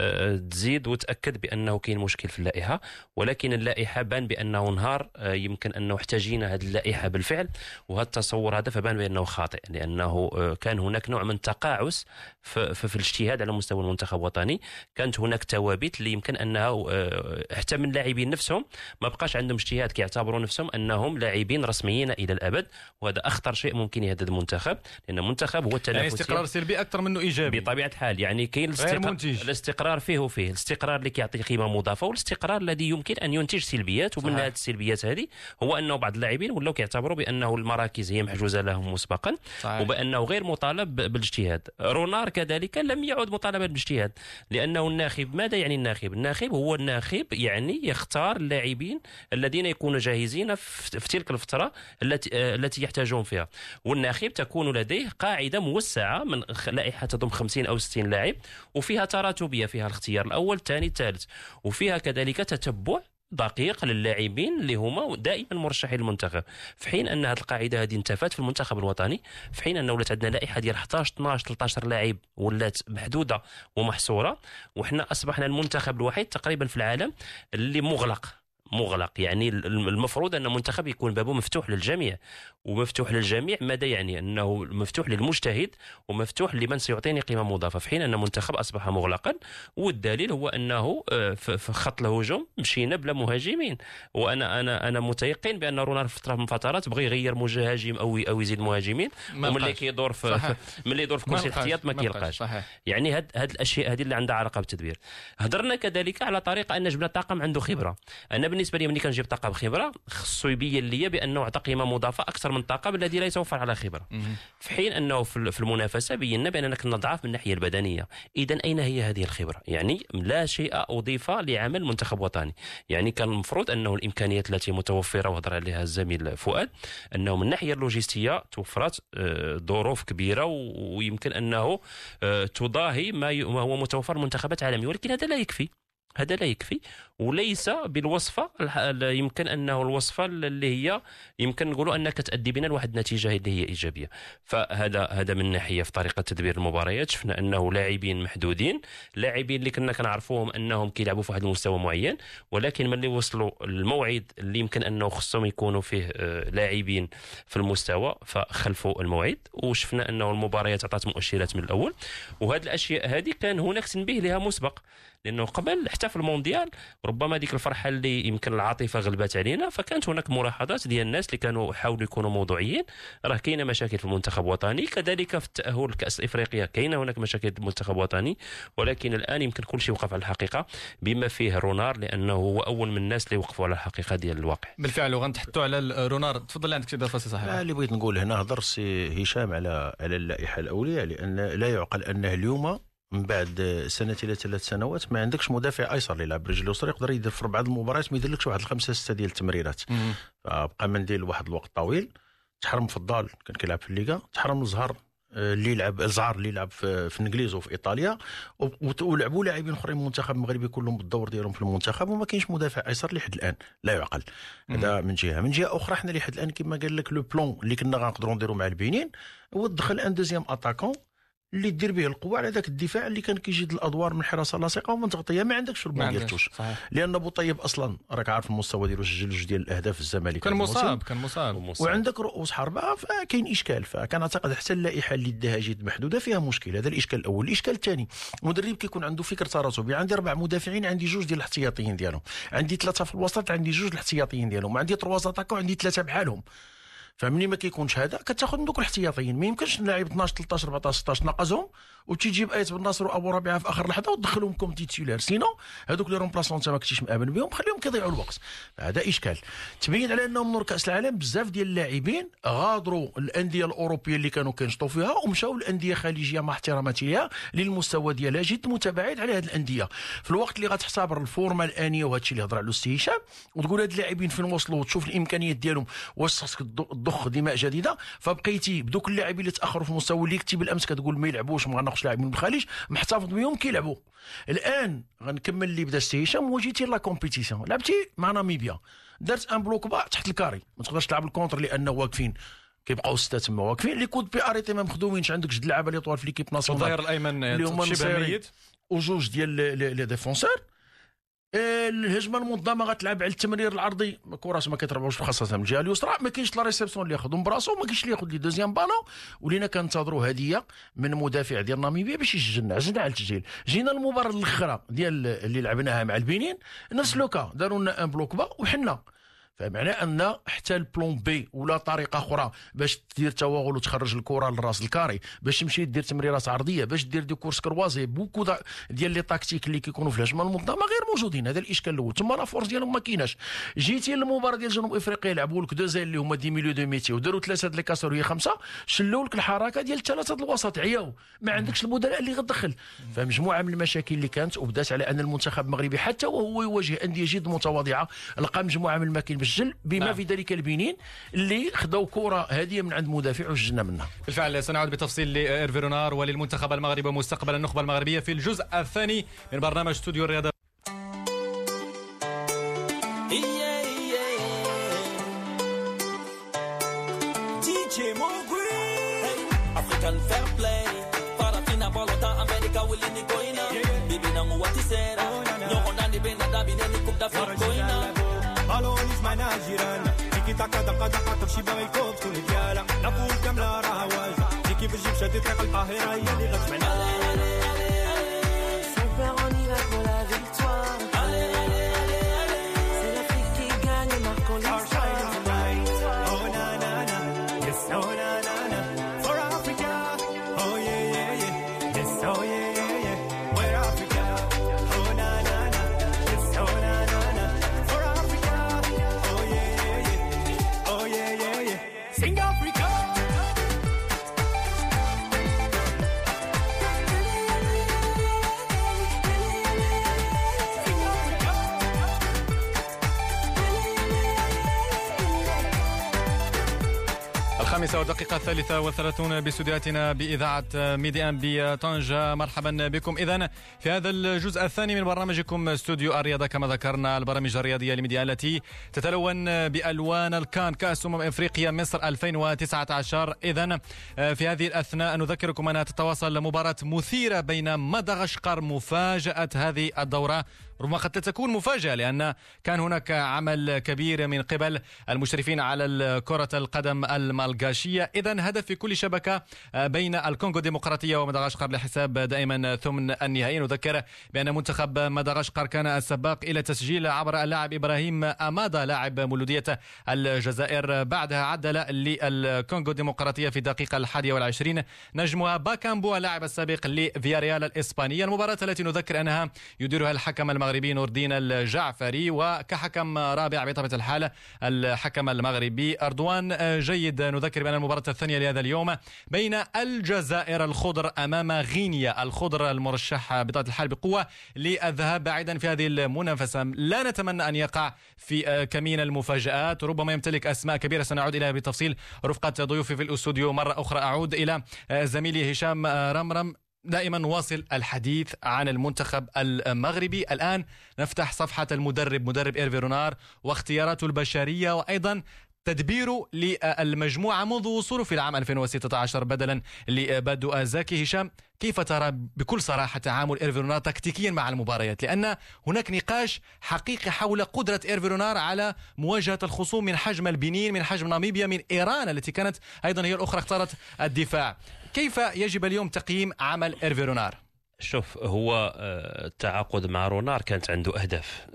تزيد وتاكد بانه كاين مشكل في اللائحه. ولكن اللائحه بان بانه نهار يمكن انه احتاجينا هذه اللائحه بالفعل، وهذا التصور هذا فبان بانه خاطئ، لانه كان هناك نوع من التقاعس في, في الاجتهاد على مستوى المنتخب الوطني. كانت هناك ثوابت اللي يمكن انها حتى من اللاعبين نفسهم ما بقاش عندهم اجتهاد، كيعتبروا نفسهم انهم لاعبين رسميين الى الابد، وهذا اخطر شيء ممكن يهدد المنتخب، لان المنتخب هو التنافسي. يعني استقرار سلبي اكثر منه ايجابي بطبيعه الحال. يعني كاين الاستقرار، الاستقرار فيه وفيه الاستقرار اللي كيعطي قيمه مضافه، والاستقرار الذي يمكن ان ينتج سلبيات. ومن هذه السلبيات هذه هو انه بعض اللاعبين ولاو كيعتبروا بانه المراكز هي محجوزه لهم مسبقا، صحيح. وبانه غير مطالب بالاجتهاد. رونار كذلك لم يعد مطالبا بالاجتهاد، لانه الناخب ماذا يعني الناخب؟ الناخب هو الناخب يعني يختار اللاعبين الذين يكونوا جاهزين في تلك الفترة التي التي يحتاجون فيها. والناخب تكون لديه قاعدة موسعة من لائحة تضم خمسين أو ستين لاعب، وفيها تراتبية، فيها الاختيار الأول الثاني الثالث، وفيها كذلك تتبع دقيق للاعبين اللي هما دائما مرشحين للمنتخب. في حين ان هذه القاعده هذه انتفت في المنتخب الوطني، في حين انه ولات عندنا لائحه ديال احد عشر اثنا عشر ثلاثة عشر لاعب ولات محدوده ومحصوره، وحنا اصبحنا المنتخب الوحيد تقريبا في العالم اللي مغلق مغلق. يعني المفروض أن المنتخب يكون بابه مفتوح للجميع، ومفتوح للجميع ماذا يعني؟ أنه مفتوح للمجتهد ومفتوح لمن سيعطيني قيمة مضافة، في حين أن المنتخب أصبح مغلقا. والدليل هو أنه في خط الهجوم مشينا بلا مهاجمين. وأنا أنا أنا متيقن بأن رونار في فترة من فترات بغى يغير مهاجم أو أو يزيد مهاجمين، وملي كيدور في ملي يدور في كرسي الاحتياط ما كيلقاش. يعني هاد هاد الأشياء هذه اللي عندها علاقة بالتدبير. هضرنا كذلك على طريقة أن جبنا طاقم عنده خبرة. أنا بالنسبه لي ملي كنجيب طاقم خبره خصو يبين لي بانه عطى قيمه مضافه اكثر من الطاقم الذي لا يتوفر على خبره. في حين انه في المنافسه بينا باننا كنا ضعاف من الناحيه البدنيه. اذا اين هي هذه الخبره؟ يعني لا شيء اضيف لعمل منتخب وطني. يعني كان المفروض انه الامكانيات التي متوفره وهضر عليها الزميل فؤاد، انه من الناحيه اللوجستيه توفرت ظروف كبيره ويمكن انه تضاهي ما هو متوفر منتخبات عالميه، ولكن هذا لا يكفي. هذا لا يكفي، وليس بالوصفه يمكن انه الوصفه اللي هي يمكن نقولوا انها كتادي بنا لواحد النتيجه اللي هي ايجابيه. فهذا هذا من ناحيه في طريقه تدبير المباريات. شفنا انه لاعبين محدودين، لاعبين اللي كنا كنعرفوهم انهم كيلعبوا في واحد المستوى معين، ولكن ملي وصلوا الموعد اللي يمكن انه خصهم يكونوا فيه لاعبين في المستوى فخلفوا الموعد، وشفنا انه المباريات عطات مؤشرات من الاول. وهذه الاشياء هذه كان هناك تنبيه لها مسبق، لانه قبل حتى في المونديال ربما ديك الفرحه اللي يمكن العاطفه غلبت علينا، فكانت هناك ملاحظات ديال الناس اللي كانوا حاولوا يكونوا موضوعيين. راه كاينه مشاكل في المنتخب الوطني، كذلك في التاهل لكاس افريقيا كاينه هناك مشاكل في المنتخب الوطني، ولكن الان يمكن كل شيء وقف على الحقيقه بما فيه رونار، لانه هو اول من الناس اللي وقفوا على الحقيقه ديال الواقع. بالفعل. وغنتحطوا على رونار. تفضل، عندك شي اضافه صحيح؟ اللي بغيت نقول هنا هضر سي هشام على على اللائحه الاوليه، لان لا يعقل انه اليوم من بعد سنه الى ثلاث سنوات ما عندكش مدافع ايسر اللي يلعب برجل يسرى يقدر يدير في بعض المباريات ما يديرلكش واحد الخمسه سته ديال التمريرات. فبقى منديل واحد الوقت طويل، تحرم في الدار كان كيلعب في الليغا، تحرم الزهر اللي يلعب الزهر اللي يلعب في, في الانجليز وفي ايطاليا، ولعبوا لاعبين اخرين من المنتخب المغربي كلهم بالدور ديالهم في المنتخب، وما كاينش مدافع ايسر لحد الان. لا يعقل. هذا من جهه. من جهه اخرى حنا لحد الان كما قال لك لو بلون اللي كنا غنقدروا نديروا مع البنين هو تدخل ان دوزيام اتاكون اللي دير به القوه على ذاك الدفاع اللي كان كيجيد الادوار من حراسه لاصقه ومن تغطيه. ما عندكش ربما ديرتوش، لان بوطيب اصلا راك عارف المستوى ديالو سجل جوج ديال الاهداف في الزمالك، كان مصاب كان مصاب وعندك رؤوس حربه، فكاين اشكال. فكان اعتقد حتى اللائحه اللي داها جد محدوده فيها مشكل. هذا الاشكال الاول. الاشكال الثاني، المدرب كيكون عنده فكر تراتبي. عندي اربع مدافعين، عندي جوج ديال الاحتياطيين ديالهم، عندي ثلاثه في الوسط، عندي جوج الاحتياطيين ديالهم، عندي ثلاثه اتاكو، عندي ثلاثه بحالهم. فمني ما كيكونش هذا كتاخذ من دوك الاحتياطيين. ما يمكنش نلاعب اثناش ثلاثطاش أربعطاش ستطاش ناقصهم وتجيب ايت بن ناصر وابو ربيعه في اخر لحظه وتدخلهم كوم تيتولار. سينو هذوك لي رومبلاسون انت ما كنتيش مآمن بهم خليهم كيضيعوا الوقت. هذا اشكال. تبين على انهم نور كاس العالم بزاف ديال اللاعبين غادروا الانديه الاوروبيه اللي كانوا كينشطوا فيها ومشاو لانديه خليجيه مع احتراماتي ليها للمستوى ديالها جد متباعد على هذه الانديه. في الوقت اللي غتختبر الفورمه الانيه وهذا الشيء اللي هضر على السي هشام وتقول هاد اللاعبين فين وصلوا وتشوف الامكانيات ديالهم واش خاصك تضخ دماء جديده، فبقيتي بدوك اللاعبين اللي تاخروا في المستوى اللي كنتي بالامس كتقول ما يلعبوش ما غناخذش لاعبين من الخليج محتفظ بهم كيلعبوا. الان غنكمل اللي بدا السي هشام وجيتي لا كومبيتيسيون لعبتي مع ناميبيا دارت ان بلوك با تحت الكاري ما تقدرش تلعب الكونتر لانه واقفين كيبقاو سته تما واقفين اللي كود بي اريتي ما مخدومينش. عندك جوج اللعابه اللي طوال في ليكيب ناسيونال الظهير الايمن اللي هما شبه ميت وجوج ديال لي ديفونسور. الهجمه المنظمه غتلعب على التمرير العرضي كراس ما كيتربعوش خاصه من الجهه اليسرى ما كاينش لا ريسبسيون اللي ياخذهم براسو ما كاينش اللي ياخذ لي دوزيام بالون. ولينا كنتظروا هديه من مدافع ديال ناميبيا باش يسجلنا عزنا على التسجيل. جينا المباراه الاخرى ديال اللي لعبناها مع البنين نفس لوكا داروا لنا ان بلوك با وحنا فمعناه ان حتى البلون بي ولا طريقه اخرى باش دير توغل وتخرج الكره لراس الكاري باش تمشي دير تمريرات عرضيه باش دير دي كورس كروازي بوكو ديال لي تاكتيك اللي كيكونوا في الهجمه المنظمه غير موجودين. هذا الاشكال الاول. ثم لا فورس ديالهم ما كايناش. جيتي للمباراه ديال جنوب افريقيا لعبوا لك دو زيل اللي هما دي ميليو دو ميتي وداروا ثلاثه ديال الكاسر وهي خمسه شلوا لك الحركه ديال ثلاثه الوسط عياو ما عندكش البدلاء اللي غتدخل. فمجموعه من المشاكل اللي كانت وبدات على ان المنتخب المغربي حتى وهو يواجه انديه جد متواضعه لقى مجموعه من الماكين باش جل بما في ذلك البنين اللي خدوا كره هذه من عند مدافع وسجلنا منها. بالفعل سنعود بتفصيل لإيرفي رونار وللمنتخب المغربي ومستقبل النخبه المغربيه في الجزء الثاني من برنامج استوديو الرياضه. تاكا دقا دقا تمشي باغي الكوب تكون ديالها لافول كامله راها واجده اللي كيف تجيب شادي طريق القاهره هي اللي غتجمعنا. Son père on y va pour la victoire. C'est l'Afrique qui gagne, marquons l'histoire. Oh na na na, yes oh na na na, for Africa. Oh yeah yeah yeah, yes oh yeah yeah yeah, we're Africa. Oh na na na, yes oh na na na, for Africa. Oh yeah yeah yeah, oh yeah yeah yeah, sing Africa. الخامسة والدقيقة الثالثة والثلاثون باستديوهاتنا بإذاعة ميدي أم بطنجة. مرحبا بكم إذن في هذا الجزء الثاني من برنامجكم استوديو الرياضة. كما ذكرنا البرامج الرياضية لميدي أم التي تتلون بألوان الكان كأس أمم إفريقيا مصر ألفين وتسعة عشر. إذن في هذه الأثناء نذكركم أنها تتواصل مباراة مثيرة بين مدغشقر مفاجأة هذه الدورة ربما قد تكون مفاجأة لأن كان هناك عمل كبير من قبل المشرفين على كرة القدم المالغاشية. إذن هدف في كل شبكة بين الكونغو الديمقراطية ومدغشقر لحساب دائما ثمن النهائي. نذكر بأن منتخب مدغشقر كان السباق إلى تسجيل عبر اللاعب إبراهيم أمادا لاعب مولودية الجزائر. بعدها عدل للكونغو الديمقراطية في الدقيقة الحادية والعشرين نجمها باكامبو اللاعب السابق لفياريال الإسبانية. المباراة التي نذكر أنها يديرها الحكم المغربي نور الدين الجعفري وكحكم رابع بطبيعة الحال الحكم المغربي أردوان جيد. نذكر بأن المباراة الثانية لهذا اليوم بين الجزائر الخضر أمام غينيا الخضر المرشح بطبيعة الحال بقوة للذهاب بعيدا في هذه المنافسة. لا نتمنى أن يقع في كمين المفاجآت ربما يمتلك أسماء كبيرة سنعود إليها بتفصيل رفقة ضيوفي في الأستوديو. مرة أخرى أعود إلى زميلي هشام رمرم. دائما واصل الحديث عن المنتخب المغربي. الآن نفتح صفحة المدرب مدرب إيرفي رونار واختياراته البشرية وأيضا تدبيره للمجموعة منذ وصوله في العام ألفين وستة عشر بدلا لبادو أزاكي. هشام كيف ترى بكل صراحة تعامل إيرفي رونار تكتيكيا مع المباريات لأن هناك نقاش حقيقي حول قدرة إيرفي رونار على مواجهة الخصوم من حجم البنين من حجم ناميبيا من إيران التي كانت أيضا هي الأخرى اختارت الدفاع. كيف يجب اليوم تقييم عمل إيرفي رونار؟ شوف، هو التعاقد مع رونار كانت عنده أهداف،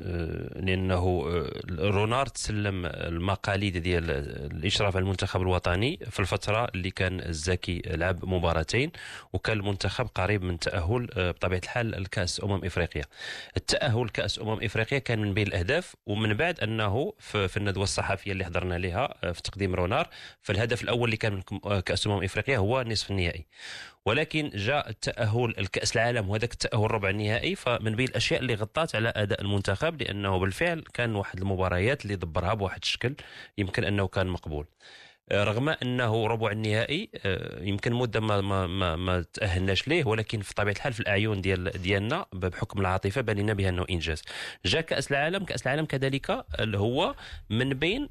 لأنه رونار تسلم المقاليد ديال الإشراف على المنتخب الوطني في الفترة اللي كان الزكي لعب مباراتين، وكان المنتخب قريب من التأهل بطبيعة الحال الكأس أمم إفريقيا. التأهل كأس أمم إفريقيا كان من بين الأهداف، ومن بعد أنه في الندوة الصحفية اللي حضرنا لها في تقديم رونار، فالهدف الأول اللي كان من كأس أمم إفريقيا هو نصف النهائي، ولكن جاء التأهل الكأس العالم وهذاك التأهل ربع النهائي، فمن بين الأشياء اللي غطات على أداء المنتخب، لأنه بالفعل كان واحد المباريات اللي دبرها بواحد الشكل يمكن أنه كان مقبول، رغم انه ربع النهائي يمكن مده ما ما ما, ما تاهلناش ليه، ولكن في طبيعه الحال في الاعين ديال ديالنا بحكم العاطفه باننا بها انه انجاز. جاء كاس العالم، كاس العالم كذلك هو من بين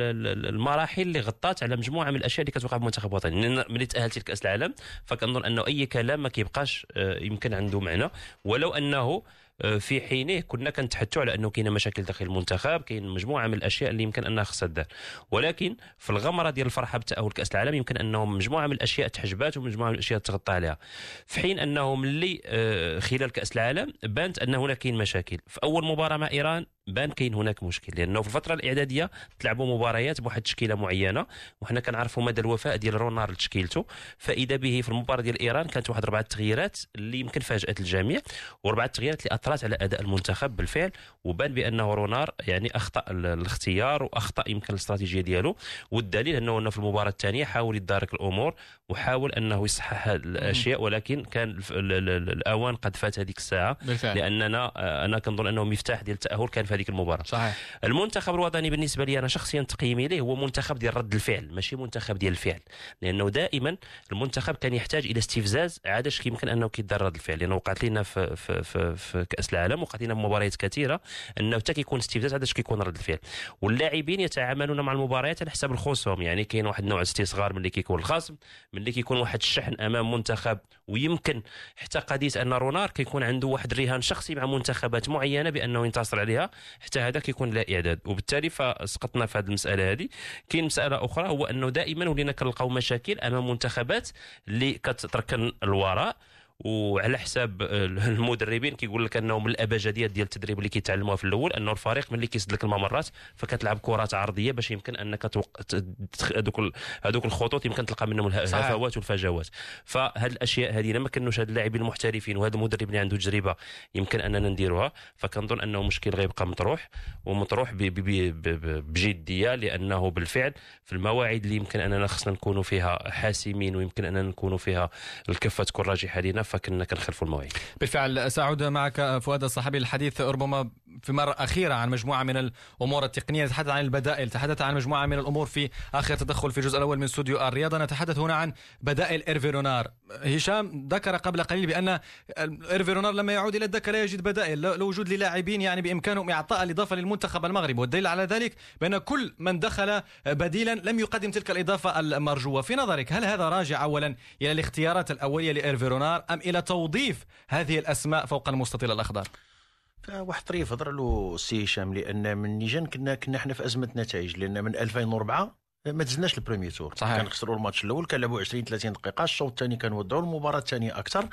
المراحل اللي غطات على مجموعه من الاشياء اللي كتوقع في المنتخب الوطني. ملي تاهلتي لكاس العالم فكنظن انه اي كلام ما كيبقاش يمكن عنده معنى، ولو انه في حينه كنا كنتحدثوا على انه كاينه مشاكل داخل المنتخب، كاين مجموعه من الاشياء اللي يمكن انها خصها تدار، ولكن في الغمره ديال الفرحه بتاهل كاس العالم يمكن انه مجموعه من الاشياء تحجبات ومجموعه من الاشياء تغطى عليها، في حين انه ملي خلال كاس العالم بانت ان هناك كاين مشاكل. في اول مباراه مع ايران بان كاين هناك مشكل، لانه في الفتره الاعداديه تلعبوا مباريات بواحد التشكيله معينه، وحنا كنعرفوا مدى الوفاء ديال رونار لتشكيلته، فاذا به في المباراه ديال ايران كانت واحد اربعه تغييرات اللي يمكن فاجات الجميع، واربعه تغييرات اللي اثرت على اداء المنتخب بالفعل، وبان بانه رونار يعني اخطا الاختيار واخطا يمكن الاستراتيجيه ديالو، والدليل انه في المباراه الثانيه حاول يدارك الامور وحاول انه يصحح الاشياء، ولكن كان الاوان قد فات هذيك الساعه بالفعل. لاننا انا كنظن انه مفتاح ديال التاهل كان في هذيك المباراه. صحيح. المنتخب الوطني بالنسبه لي انا شخصيا تقييمي ليه هو منتخب ديال رد الفعل، ماشي منتخب ديال الفعل، لانه دائما المنتخب كان يحتاج الى استفزاز عاد اش يمكن انه كيدار رد الفعل، لانه وقعت لنا في في في, في كاس العالم، وقعت لنا مباريات كثيره انه حتى كيكون استفزاز عاد اش كيكون رد الفعل، واللاعبين يتعاملون مع المباريات على حسب الخصوم، يعني كاين واحد النوع استصغار ملي كيكون الخصم، ملي كيكون واحد الشحن امام منتخب، ويمكن حتى قضيه ان رونار كيكون عنده واحد الرهان شخصي مع منتخبات معينه بانه ينتصر عليها، حتى هذا كيكون لا اعداد، وبالتالي فسقطنا في هذه المساله هذه. كاين مساله اخرى هو انه دائما ولينا كنلقاو مشاكل امام منتخبات اللي كتركن الوراء، وعلى حساب المدربين كيقول لك انه من الابجديات ديال التدريب اللي كيتعلموها في الاول انه الفريق ملي كيسد لك الممرات فكتلعب كرات عرضيه باش يمكن انك توق... هذوك هذوك الخطوط يمكن تلقى منهم الهفوات والفجوات. فهاد الاشياء هذه لما كانوش هاد اللاعبين المحترفين وهذا المدرب اللي عنده تجربه يمكن اننا نديروها، فكنظن انه مشكل غيبقى مطروح ومطروح ب... ب... ب... بجديه، لانه بالفعل في المواعيد اللي يمكن اننا خصنا نكونوا فيها حاسمين ويمكن اننا نكونوا فيها الكفه تكون راجحه لنا، فكنا كنخلفوا المواعيد. بالفعل سأعود معك فؤاد الصحابي للحديث ربما في مرة أخيرة عن مجموعة من الأمور التقنية، نتحدث عن البدائل، تحدث عن مجموعة من الأمور في آخر تدخل في الجزء الأول من استوديو الرياضة. نتحدث هنا عن بدائل إيرفي رونار. هشام ذكر قبل قليل بأن إيرفي رونار لما يعود إلى الدكة لا يجد بدائل، لوجود للاعبين يعني بإمكانهم إعطاء الإضافة للمنتخب المغربي، والدليل على ذلك بأن كل من دخل بديلا لم يقدم تلك الإضافة المرجوة. في نظرك هل هذا راجع أولا إلى الاختيارات الأولية لإيرفي رونار أم إلى توظيف هذه الأسماء فوق المستطيل الأخضر؟ واحد طريف هضر له السي هشام، لان من نيجان كنا كنا حنا في ازمه نتائج، لان من ألفين وأربعة ما دزناش البريمير تور، كنخسروا الماتش الاول كنلعبوا عشرين ثلاثين دقيقه، الشوط الثاني كنودعوا، المباراه الثانيه اكثر،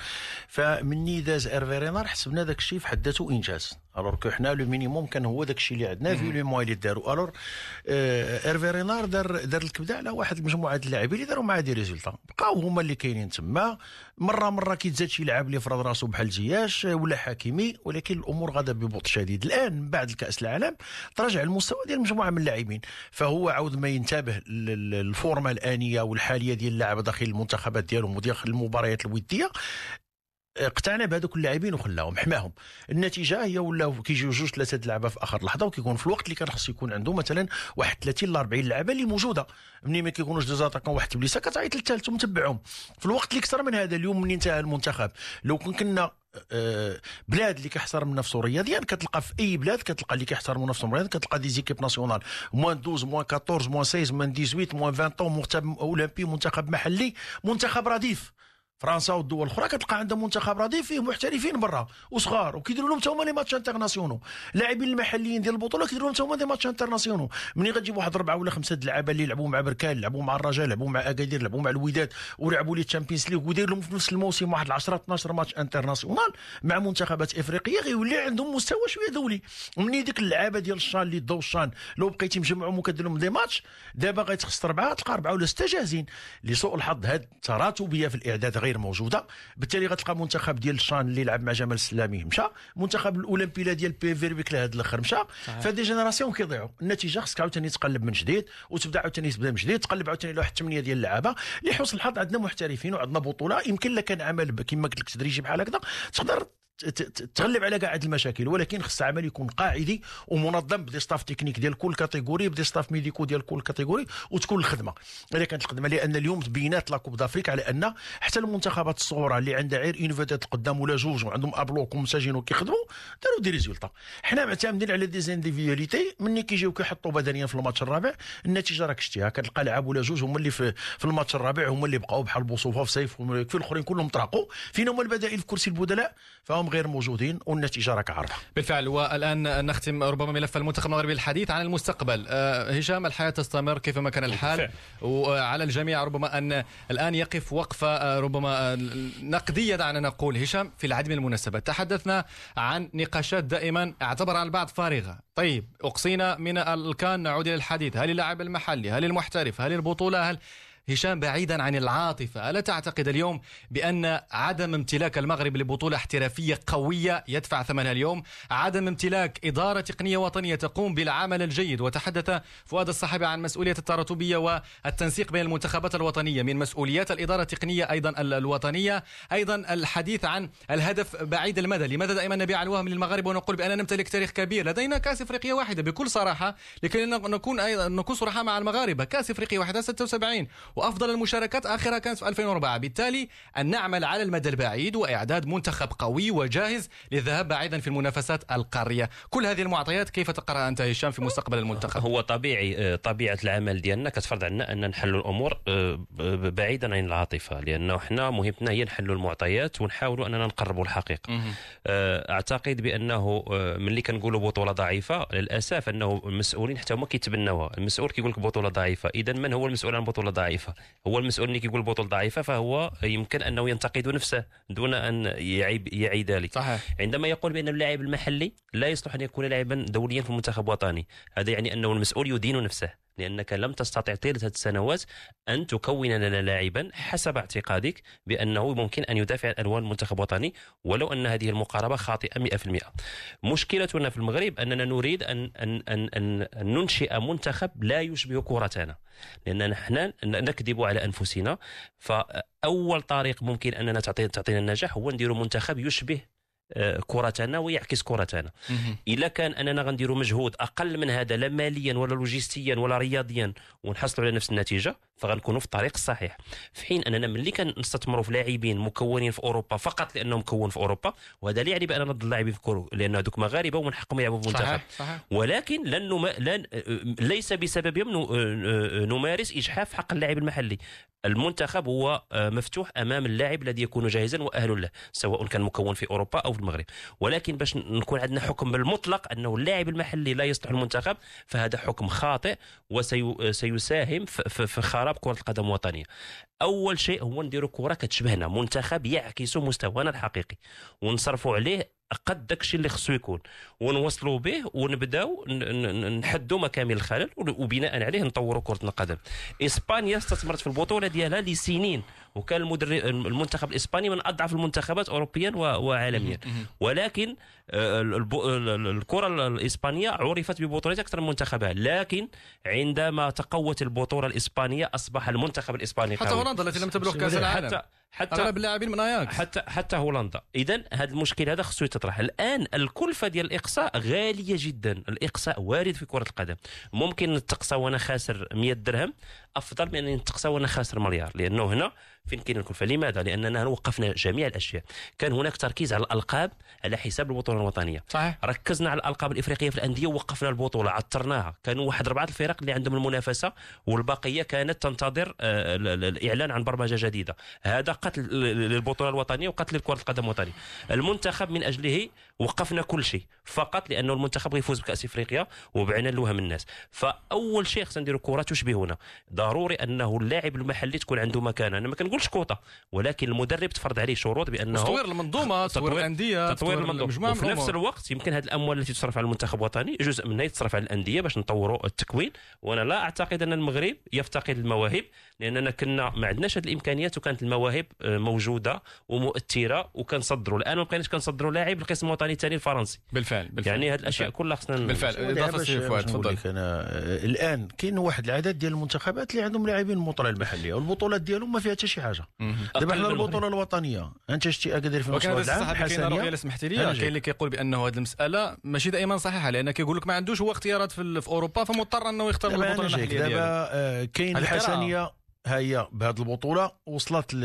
فمني داز ايرفي رونار حسبنا داك الشيء في حد ذاته انجاز. الوغ كو حنا لو مينيموم كان هو داك الشيء اللي عندنا في لي موان اللي داروا. الوغ ايرفي رونار دار دار الكبده على واحد المجموعه د اللاعبين اللي داروا معاه دي ريزولطا، بقاو هما اللي كاينين تما، مره مره كيتزاد شي لاعب اللي فرض راسو بحال زياش ولا حكيمي، ولكن الامور غادا ببطء شديد. الان من بعد الكاس العالم تراجع المستوى ديال مجموعه من اللاعبين، فهو عاود ما ينتبه الفورمه الانيه والحاليه ديال اللاعب داخل المنتخبات ديالهم وداخل المباريات الوديه، اقتنع بهذوك اللاعبين وخلاهم حماهم. النتيجه هي ولاو كيجيو جوج ثلاثه لعابه في اخر لحظه، وكيكون في الوقت اللي كان خصو يكون عنده مثلا واحد ثلاثين ل أربعين لعابه اللي موجوده، مني ما كيكونوش دو زاتاكون واحد تبليسه كتعيط للثالث ومتبعهم في الوقت اللي اكثر من هذا. اليوم من انتهى المنتخب لو كنا بلاد اللي كيحترم نفسه رياضيا، كتلقى في اي بلاد كتلقى اللي كيحترموا نفسهم رياضيا، كتلقى دي زيكيب ناسيونال موان اثناش موان أربعطاش موان ستة عشر موان ثمانية عشر موان عشرين، منتخب اولمبي، منتخب محلي، منتخب رديف. فرنسا والدول الاخرى كتلقى عندهم منتخب راضي فيه محترفين برا وصغار وكيديروا لهم حتى هما لي ماتش انترناسيونال. اللاعبين المحليين ديال البطوله كيديروا لهم حتى هما دي ماتش انترناسيونال. ملي غتجيب واحد اربعه ولا خمسه د اللعابه اللي يلعبوا مع بركان، يلعبوا مع الرجاء، يلعبوا مع اكادير، يلعبوا مع الوداد ولعبوا لي تشامبيونز ليغ ودير لهم في نفس الموسم واحد عشرة اثناش ماتش انترناسيونال مع منتخبات افريقيه، غيولي عندهم مستوى شويه دولي. ومني ديك اللعابه ديال الشان اللي داو الشان لو بقيتي مجمعهم وكدير لهم دي ماتش، دابا غيتخسر اربعه تلقى اربعه ولا سته جاهزين. لسوء الحظ هاد التراتبيه في الاعداد غير موجوده، بالتالي غتلقى منتخب ديال الشان اللي لعب مع جمال السلامي مشى، منتخب الاولمبي ديال بي فيربيك لهاد الاخر مشى، فهاد دي جينيراسيون كيضيعوا. النتيجه خصك عاوتاني تقلب من جديد وتبدا عاوتاني تبدا من جديد، تقلب عاوتاني لواحد ثمانيه ديال اللعابه. لحسن الحظ عندنا محترفين وعندنا بطوله، يمكن لك كان عمل كما قلت لك تدريجي بحال هكذا تقدر تغلب على كاع هاد المشاكل، ولكن خص عمل يكون قاعدي ومنظم بدي ستاف تكنيك ديال كل كاتيجوري، بدي ستاف ميديكو ديال كل كاتيجوري، وتكون الخدمه الا كانت الخدمه. لان اليوم بينات لا كوب دافريك على ان حتى المنتخبات الصغرى اللي عندها غير اونيفيتات قدام ولا جوج وعندهم ابلوك ومساجين وكيخدموا داروا دي ريزولطا. حنا معتمدين على دي زانديفيدواليتي، مني كيجيو كيحطوا بدنيا في الماتش الرابع النتيجه راك شتيها، كتلقى لعاب ولا جوج هما اللي في, في الماتش الرابع هما اللي بقاو بحال بوصوفه في سيف، في الاخرين كلهم طرقوا. فين هما البدائل في كرسي البدلاء؟ فهم غير موجودين والنتيجه راك عارفه. بالفعل. والان نختم ربما ملف المنتخب المغربي الحديث عن المستقبل. أه هشام، الحياه تستمر كيفما كان الحال، بالفعل. وعلى الجميع ربما ان الان يقف وقفه ربما نقديه دعنا نقول. هشام، في العديد من المناسبات تحدثنا عن نقاشات دائما اعتبرها البعض فارغه. طيب، اقصينا من الكان، نعود الى الحديث، هل اللاعب المحلي، هل المحترف، هل البطوله، هل هشام بعيدا عن العاطفة، ألا تعتقد اليوم بأن عدم امتلاك المغرب لبطولة احترافية قوية يدفع ثمنها اليوم، عدم امتلاك إدارة تقنية وطنية تقوم بالعمل الجيد؟ وتحدث فؤاد الصحابي عن مسؤولية التراتبية والتنسيق بين المنتخبات الوطنية، من مسؤوليات الإدارة التقنية أيضا الوطنية، أيضا الحديث عن الهدف بعيد المدى. لماذا دائما نبيع الوهم للمغرب ونقول بأننا نمتلك تاريخ كبير؟ لدينا كأس إفريقية واحدة بكل صراحة، لكي نكون أيضا نكون صراحة مع المغاربة، كأس إفريقية واحدة ستة وسبعين، وأفضل المشاركات آخرها كانت في ألفين وأربعة. بالتالي أن نعمل على المدى البعيد وإعداد منتخب قوي وجاهز للذهاب بعيدا في المنافسات القارية. كل هذه المعطيات كيف تقرأ أنت هشام في مستقبل المنتخب؟ هو طبيعي، طبيعة العمل ديالنا كتفرض عنا أن نحل الأمور بعيدا عن العاطفة، لأنه إحنا مهمتنا هي نحل المعطيات ونحاولوا أننا نقربوا الحقيقة. أعتقد بأنه ملي كنقولوا بطولة ضعيفة، للأسف أنه المسؤولين حتى هما كيتبناوها. المسؤول كيقول لك بطولة ضعيفة، إذا من هو المسؤول عن بطولة ضعيفة؟ هو المسؤول اللي كيقول بطولة ضعيفة، فهو يمكن أنه ينتقد نفسه دون أن يعيب يعي ذلك. صحيح. عندما يقول بأن اللاعب المحلي لا يصلح أن يكون لاعبا دوليا في منتخب وطني، هذا يعني أنه المسؤول يدين نفسه، لأنك لم تستطع طيلة هذه السنوات أن تكون لنا لاعبا حسب اعتقادك بأنه ممكن أن يدافع عن ألوان المنتخب الوطني، ولو أن هذه المقاربة خاطئة مئة بالمئة. مشكلتنا في المغرب أننا نريد أن, أن, أن, أن ننشئ منتخب لا يشبه كرتنا، لأننا نحن نكذب على أنفسنا. فأول طريق ممكن أننا تعطينا النجاح هو ندير منتخب يشبه كرتنا ويعكس كرتنا. إلا كان أننا غنديروا مجهود أقل من هذا، لا ماليا ولا لوجستيا ولا رياضيا، ونحصلوا على نفس النتيجة، فغنكونوا في الطريق الصحيح. في حين أننا ملي كنستثمروا في لاعبين مكونين في أوروبا فقط لأنهم مكون في أوروبا، وهذا لا يعني بأننا ضد اللاعبين في كورو، لأن هذوك مغاربة ومن حقهم يلعبوا في المنتخب. صحيح. صحيح. ولكن لن, نم... لن ليس بسببهم نمارس إجحاف حق اللاعب المحلي. المنتخب هو مفتوح أمام اللاعب الذي يكون جاهزا وأهل له، سواء كان مكون في أوروبا أو في المغرب. ولكن باش نكون عندنا حكم بالمطلق أنه اللاعب المحلي لا يصلح المنتخب، فهذا حكم خاطئ وسيساهم في خراب كرة القدم الوطنية. أول شيء هو نديروا كرة كتشبهنا، منتخب يعكس مستوانا الحقيقي، ونصرفوا عليه قد داكشي اللي خصو يكون، ونوصلوا به ونبداو نحدوا مكامن الخلل، وبناء عليه نطوروا كرة القدم. إسبانيا استثمرت في البطولة ديالها لسنين، وكان المدرب المنتخب الإسباني من أضعف المنتخبات أوروبيا وعالميا، ولكن الكرة الإسبانية عرفت ببطولات أكثر من منتخبها. لكن عندما تقوت البطولة الإسبانية أصبح المنتخب الإسباني حتى هولندا التي لم تبلغ كأس العالم، حتى حتى اغلب اللاعبين من اياكس، حتى حتى هولندا. اذا هذا المشكل هذا خصو يتطرح. الان الكلفه ديال الاقصاء غاليه جدا. الاقصاء وارد في كره القدم، ممكن نتقصى وانا خاسر مئة درهم، افضل من ان ينتقص وانا خاسر مليار، لانه هنا فين كاين الكلفه. لماذا؟ لاننا وقفنا جميع الاشياء، كان هناك تركيز على الالقاب على حساب البطوله الوطنيه. صحيح. ركزنا على الالقاب الافريقيه في الانديه ووقفنا البطوله، عطرناها. كانوا واحد اربعه الفرق اللي عندهم المنافسه والبقيه كانت تنتظر الاعلان عن برمجه جديده. هذا قتل للبطوله الوطنيه وقتل لكره القدم الوطنيه. المنتخب من اجله وقفنا كل شيء فقط لانه المنتخب يفوز بكاس افريقيا وبعنا الوهم الناس. فاول شيء خصنا نديروا كره تشبهنا. ضروري انه اللاعب المحلي تكون عنده مكانه. انا ما كنقولش كوطه، ولكن المدرب تفرض عليه شروط بانه تطوير المنظومه، تطوير الانديه، تطوير المنظومه. وفي نفس الوقت يمكن هذه الاموال التي تصرف على المنتخب الوطني جزء منها يتصرف على الانديه باش نطوروا التكوين. وانا لا اعتقد ان المغرب يفتقد المواهب، لاننا كنا ما عندناش هذه الامكانيات وكانت المواهب موجوده ومؤثره وكنصدروا. الان ما بقيناش كنصدروا لاعب القسم الوطني الثاني الفرنسي. بالفعل, بالفعل. يعني هذه الاشياء كلها خصنا بالفعل. اضافه سي فؤاد تفضل. انا الان كاين واحد العدد ديال المنتخبات اللي عندهم لاعبين البطوله المحليه والبطولات ديالهم ما فيها حتى شي حاجه. دابا حنا البطوله الوطنيه انت شتي اكادير في نص العام حسنيه. كاين رؤيه سمحتي لي، كاين اللي كيقول بانه هذه المساله ماشي دائما صحيحه، لان كيقول لك ما عندوش هو اختيارات في, في اوروبا فمضطر انه يختار البطوله المحليه. دابا كاين الحسنيه هي بهذه البطوله وصلت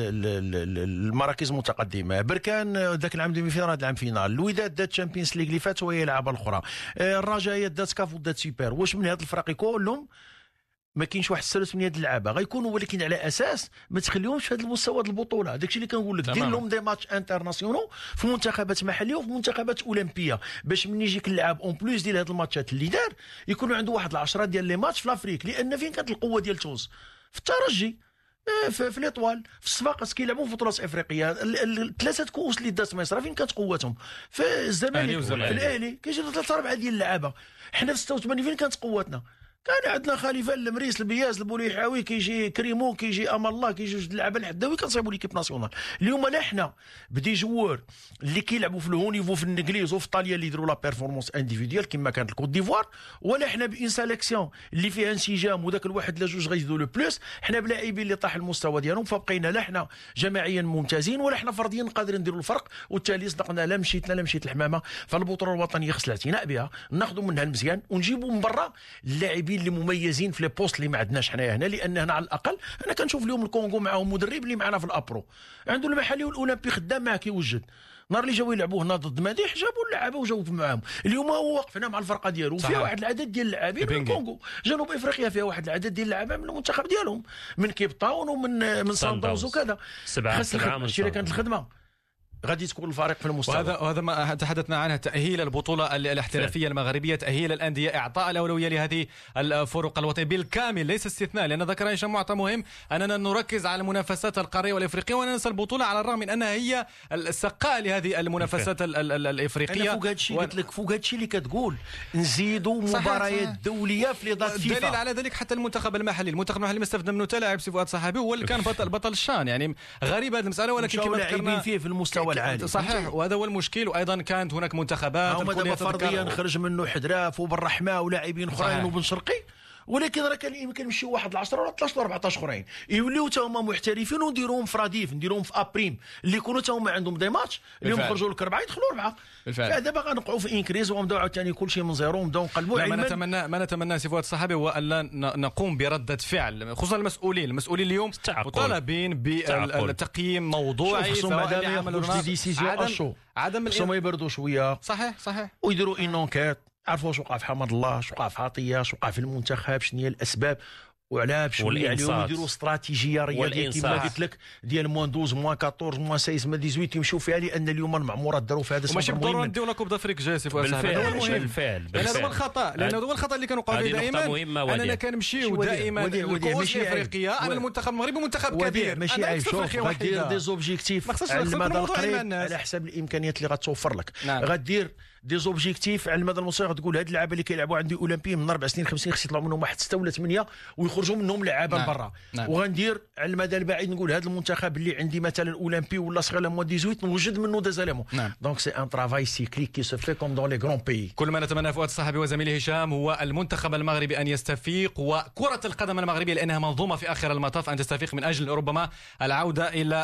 للمراكز المتقدمه. بركان ذاك العام ديمي فينال، هذا العام فينال. الوداد دات تشامبيونز ليغ اللي فات وهي يلعبها الاخرى. الرجاء دات كاف ودات سوبر. واش من هاد الفرق كلهم ما كاينش واحد الثلث من هاد اللعابه غيكونوا، ولكن على اساس ما تخليهمش في هذا المستوى ديال البطوله. داكشي اللي كنقول لك، دير لهم دي ماتش انترناسيونال في منتخبات محليه وفي منتخبات اولمبيه، باش من يجيك اللعاب اون بلوس ديال هاد الماتشات اللي دار يكونوا عنده واحد العشرة ديال لي ماتش في لافريك. لان فين كانت القوه ديال تونس؟ في الترجي، في, في الاطوال، في الصفاقس كيلعبوا في بطولات افريقيه. الثلاثه كؤوس اللي دات مصر فين كانت قوتهم؟ في الزمالك، في الاهلي كيجيو ثلاثه اربعه ديال اللعابه. حنا في ستة وثمانين فين كانت قوتنا؟ كان عندنا خليفه المريس البياز البوليحاوي، كيجي كريمو، كيجي ام الله، كيجي جوج اللعابه الحداوي كنصيبوا ليكيب ناسيونال. اليوم لا حنا بدي جوار اللي كيلعبوا في الهو نيفو في الانجليز وفي ايطاليا اللي يديروا لا بيرفورمانس انديفيديوال كما كانت الكوت ديفوار، ولا حنا بان ساليكسيون اللي فيها انسجام وذاك الواحد لا جوج غيزيدوا لو بلوس. حنا بلاعبين اللي طاح المستوى ديالهم، فبقينا لا حنا جماعيا ممتازين ولا حنا فرديا قادرين نديروا الفرق. وبالتالي صدقنا لا مشيتنا لا مشيت الحمامه. فالبطوله الوطنيه خص الاعتناء بها، ناخذوا منها المزيان ونجيبوا من برا اللاعبين اللي مميزين في لي بوست اللي ما عندناش حنايا هنا. لان هنا على الاقل انا كنشوف اليوم الكونغو معاهم مدرب اللي معنا في الابرو عنده المحلي والاولمبي خدام معاه كيوجد. نهار اللي جاوا يلعبوا هنا ضد مديح جابوا اللعابه وجاوا معاهم. اليوم هو وقف هنا مع الفرقه ديالو وفيها واحد العدد ديال اللاعبين من الكونغو. جنوب افريقيا فيها واحد العدد ديال اللاعبين من المنتخب ديالهم، من كيب تاون ومن من سان داونز وكذا. سبعه سبعه من شي كانت الخدمه غادي تكون الفريق في المستوى. وهذا وهذا ما تحدثنا عنه، تأهيل البطولة الاحترافية المغربية، تأهيل الأندية، إعطاء الأولوية لهذه الفرق الوطنية بالكامل ليس استثناء. لأن ذكر هشام معطى مهم أننا نركز على المنافسات القارية والإفريقية وننسى البطولة، على الرغم من أنها هي السقاء لهذه المنافسات الإفريقية. فوق هذا الشيء قلت لك، فوق هذا الشيء اللي كتقول نزيدوا مباريات دولية في ليضات فيفا. دليل على ذلك حتى المنتخب المحلي، المنتخب المحلي مستفدنا منه تلاعب سي فؤاد صحابي هو اللي كان بطل بطل الشان. يعني غريبة هذه المسألة، ولكن كما ذكرنا فيه في المستوى العالي. صحيح، وهذا هو المشكل. وايضا كانت هناك منتخبات الكل فرديا خرج منه حدراف وبالرحمه ولاعبين اخرين وبن شرقي، ولكن راه كان يمكن يمشيو واحد العشرة ولا ثلاثة ولا أربعطاش اخرين يوليو تا هما محترفين ونديروهم في راديف، نديروهم في ابريم اللي يكونوا تا هما عندهم دي ماتش. اليوم خرجوا لك اربعه يدخلوا اربعه. دابا غنوقعوا في انكريز ونبداو عاوتاني كل شيء من زيرو ونبداو نقلبوا. ما نتمنى ما نتمنى سي فؤاد الصحابي هو ان نقوم برده فعل، خصوصا المسؤولين المسؤولين اليوم مطالبين بالتقييم موضوعي سواء لعمل ديسيزيون عدم خصهم يبردوا شويه. صحيح صحيح ويديروا ان انكيت، عرفوا واش وقع في حمد الله، واش وقع في عطيه، واش وقع في المنتخب، شنو هي الاسباب، وعلاه بشويه عليهم يديروا استراتيجيه رياضيه كما قلت لك ديال موان دوز موان كاطورز موان سيس ما ديزويت يمشيو فيها. لان اليوم المعمورات داروا في هذا السنه ماشي بالضروره نديو لا كوب دافريك جاي سي فؤاد صاحبي. هذا هو المهم بالفعل. هذا هو الخطا، لان هذا هو الخطا اللي كنوقعوا فيه دائما، اننا كنمشيو دائما للكؤوس الافريقيه. انا المنتخب المغربي منتخب كبير ماشي عيب. شوف غدير دي زوبجيكتيف على المدى القريب على حسب الامكانيات اللي غتوفر لك. غدير دي زوبجيكتيف على المدى القصير، غتقول هاد اللعابه اللي كيلعبوا عندي اولمبي من اربع سنين خمس سنين خص يطلعوا منهم واحد ستة ولا ثمانيه ويخرجوا منهم لعابه برا. وغندير على المدى البعيد نقول هذا المنتخب اللي عندي مثلا اولمبي ولا صغير لموا ثمانية عشر نوجد منه دي زاليمون. دونك سي ان ترافاي سيكليك كي سو في كوم دون لي غران بيي. كل ما نتمنى فؤاد الصحابي وزميلي هشام هو المنتخب المغربي ان يستفيق، وكرة القدم المغربية لانها منظومه في اخر المطاف ان تستفيق من اجل ربما العوده الى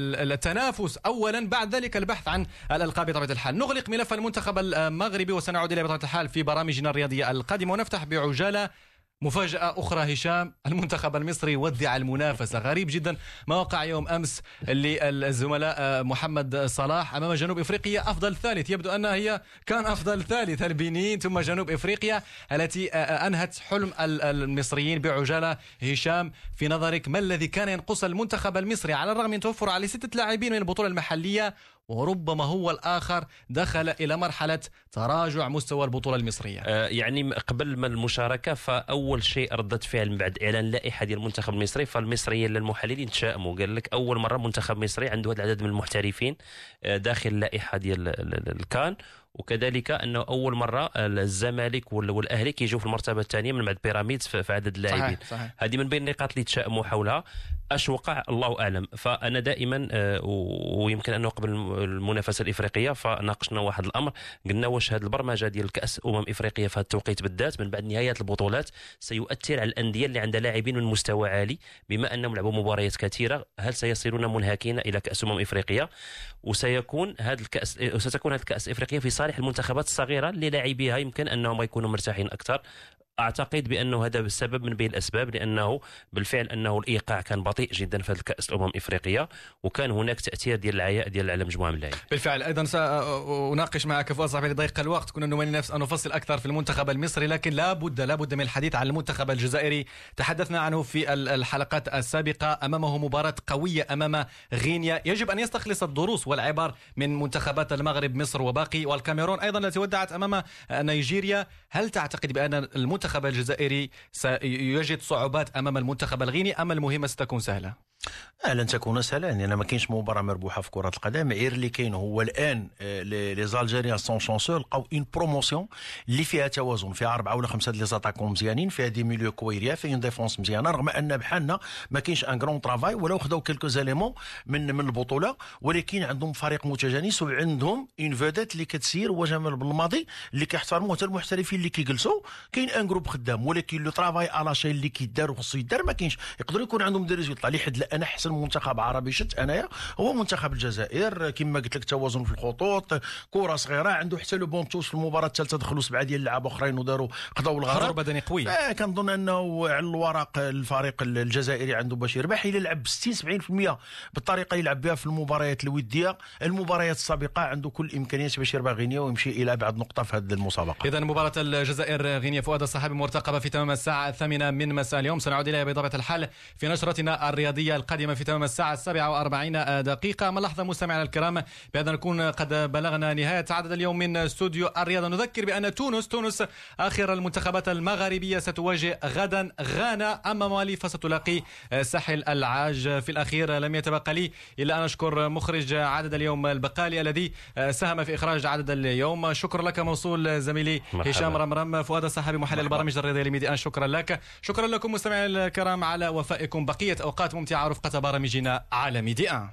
التنافس اولا، بعد ذلك البحث عن الالقاب بطبيعه الحال. نغلق ملف المنتخب المغربي وسنعود اليه بطبيعه الحال في برامجنا الرياضيه القادمه، ونفتح بعجاله مفاجأة أخرى هشام، المنتخب المصري ودع المنافسة. غريب جدا ما وقع يوم أمس للزملاء محمد صلاح أمام جنوب إفريقيا أفضل ثالث. يبدو أنها هي كان أفضل ثالث، البنين ثم جنوب إفريقيا التي أنهت حلم المصريين بعجالة. هشام في نظرك ما الذي كان ينقص المنتخب المصري على الرغم من توفر على ستة لاعبين من البطولة المحلية، وربما هو الآخر دخل إلى مرحلة تراجع مستوى البطولة المصرية؟ آه يعني قبل ما المشاركة، فأول شيء ردة فعل من بعد إعلان لائحة ديال المنتخب المصري، فالمصريين المحللين تشائموا، قال لك أول مرة منتخب مصري عنده هذا العدد من المحترفين داخل اللائحة ديال الكان، وكذلك انه اول مره الزمالك والاهلي كيجوا في المرتبه الثانيه من بعد بيراميدز في عدد اللاعبين. هذه من بين النقاط اللي تشائموا حولها. اش وقع الله اعلم. فانا دائما ويمكن انه قبل المنافسه الافريقيه فناقشنا واحد الامر، قلنا واش هذه البرمجه ديال كاس امم افريقيا في هذا التوقيت بالذات من بعد نهايات البطولات سيؤثر على الانديه اللي عندها لاعبين من مستوى عالي، بما انهم لعبوا مباريات كثيره، هل سيصيرون منهكين الى كاس امم افريقيا؟ وسيكون هذا الكاس وستكون هذه الكاس الافريقيه في صالح المنتخبات الصغيره اللي لاعبيها يمكن انهم يكونوا مرتاحين اكثر. اعتقد بانه هذا السبب من بين الاسباب، لانه بالفعل انه الايقاع كان بطيء جدا في الكاس الامم الافريقيه، وكان هناك تاثير ديال العياء ديال على مجموعه من اللاعبين. بالفعل. ايضا ساناقش معك فؤاد صاحبي لضيق الوقت، كنا نمني نفس ان نفصل اكثر في المنتخب المصري، لكن لابد لابد من الحديث عن المنتخب الجزائري. تحدثنا عنه في الحلقات السابقه، امامه مباراه قويه امام غينيا، يجب ان يستخلص الدروس والعبر من منتخبات المغرب مصر وباقي، والكاميرون ايضا التي ودعت امام نيجيريا. هل تعتقد بان المنتخب المنتخب الجزائري سيجد صعوبات أمام المنتخب الغيني أم المهمة ستكون سهلة؟ لن تكون سهلة، لأن ما كاينش مباراة مربوحة في كرة القدم. غير اللي كاين هو الآن لي زالجيريان سون شانسور لقاو اون بروموسيون اللي فيها توازن، فيها أربعة ولا خمسة ديال زاتاكون مزيانين، فيها دي ميليو كويريا، فيها اون ديفونس مزيانة، رغم أن بحالنا ما كاينش ان غرون ترافاي ولو خداو كيلكو زاليمون من من البطولة، ولكن عندهم فريق متجانس وعندهم اون فودات اللي كتسير هو جمال بالماضي اللي كيحترموه حتى المحترفين اللي كيجلسوا. كاين ان جروب خدام، ولكن لو ترافاي على شي اللي كيدار وخصو يدار ما كاينش. يقدروا يكون عندهم دي ريزولطا اللي حد انا احسن منتخب عربي شت انايا هو منتخب الجزائر، كما قلت لك توازن في الخطوط، كره صغيره، عنده حتى لو بونتوس في المباراه الثالثه دخلوا سبعه ديال اللعاب اخرين وداروا قضاو الغرض. حضور بدني قوي. آه كنظن انه على الورق الفريق الجزائري عنده باش يربح الا لعب ستين سبعين بالمئة بالطريقه يلعب بها في المباريات الوديه. المباريات السابقه عنده كل الامكانيات باش يربح غينيا ويمشي الى ابعد نقطه في هذه المسابقه. اذا مباراه الجزائر غينيا فؤاد الصحابي مرتقبه في تمام الساعه الثامنه من مساء اليوم، سنعود اليها بطبيعه الحال في نشرتنا الرياضيه القادمه في تمام الساعه السابعه وأربعين دقيقه. من لحظه مستمعينا الكرام بهذا نكون قد بلغنا نهايه عدد اليوم من استوديو الرياضه. نذكر بان تونس تونس اخر المنتخبات المغاربيه ستواجه غدا غانا، اما مالي فستلاقي ساحل العاج. في الاخير لم يتبقى لي الا ان اشكر مخرج عدد اليوم البقالي الذي ساهم في اخراج عدد اليوم. شكرا لك موصول زميلي هشام رمرم. فؤاد الصحابي محلل البرامج الرياضيه لميديان، شكرا لك. شكرا لكم مستمعينا الكرام على وفائكم. بقيه اوقات ممتعه رفقه برامجنا على ميديان.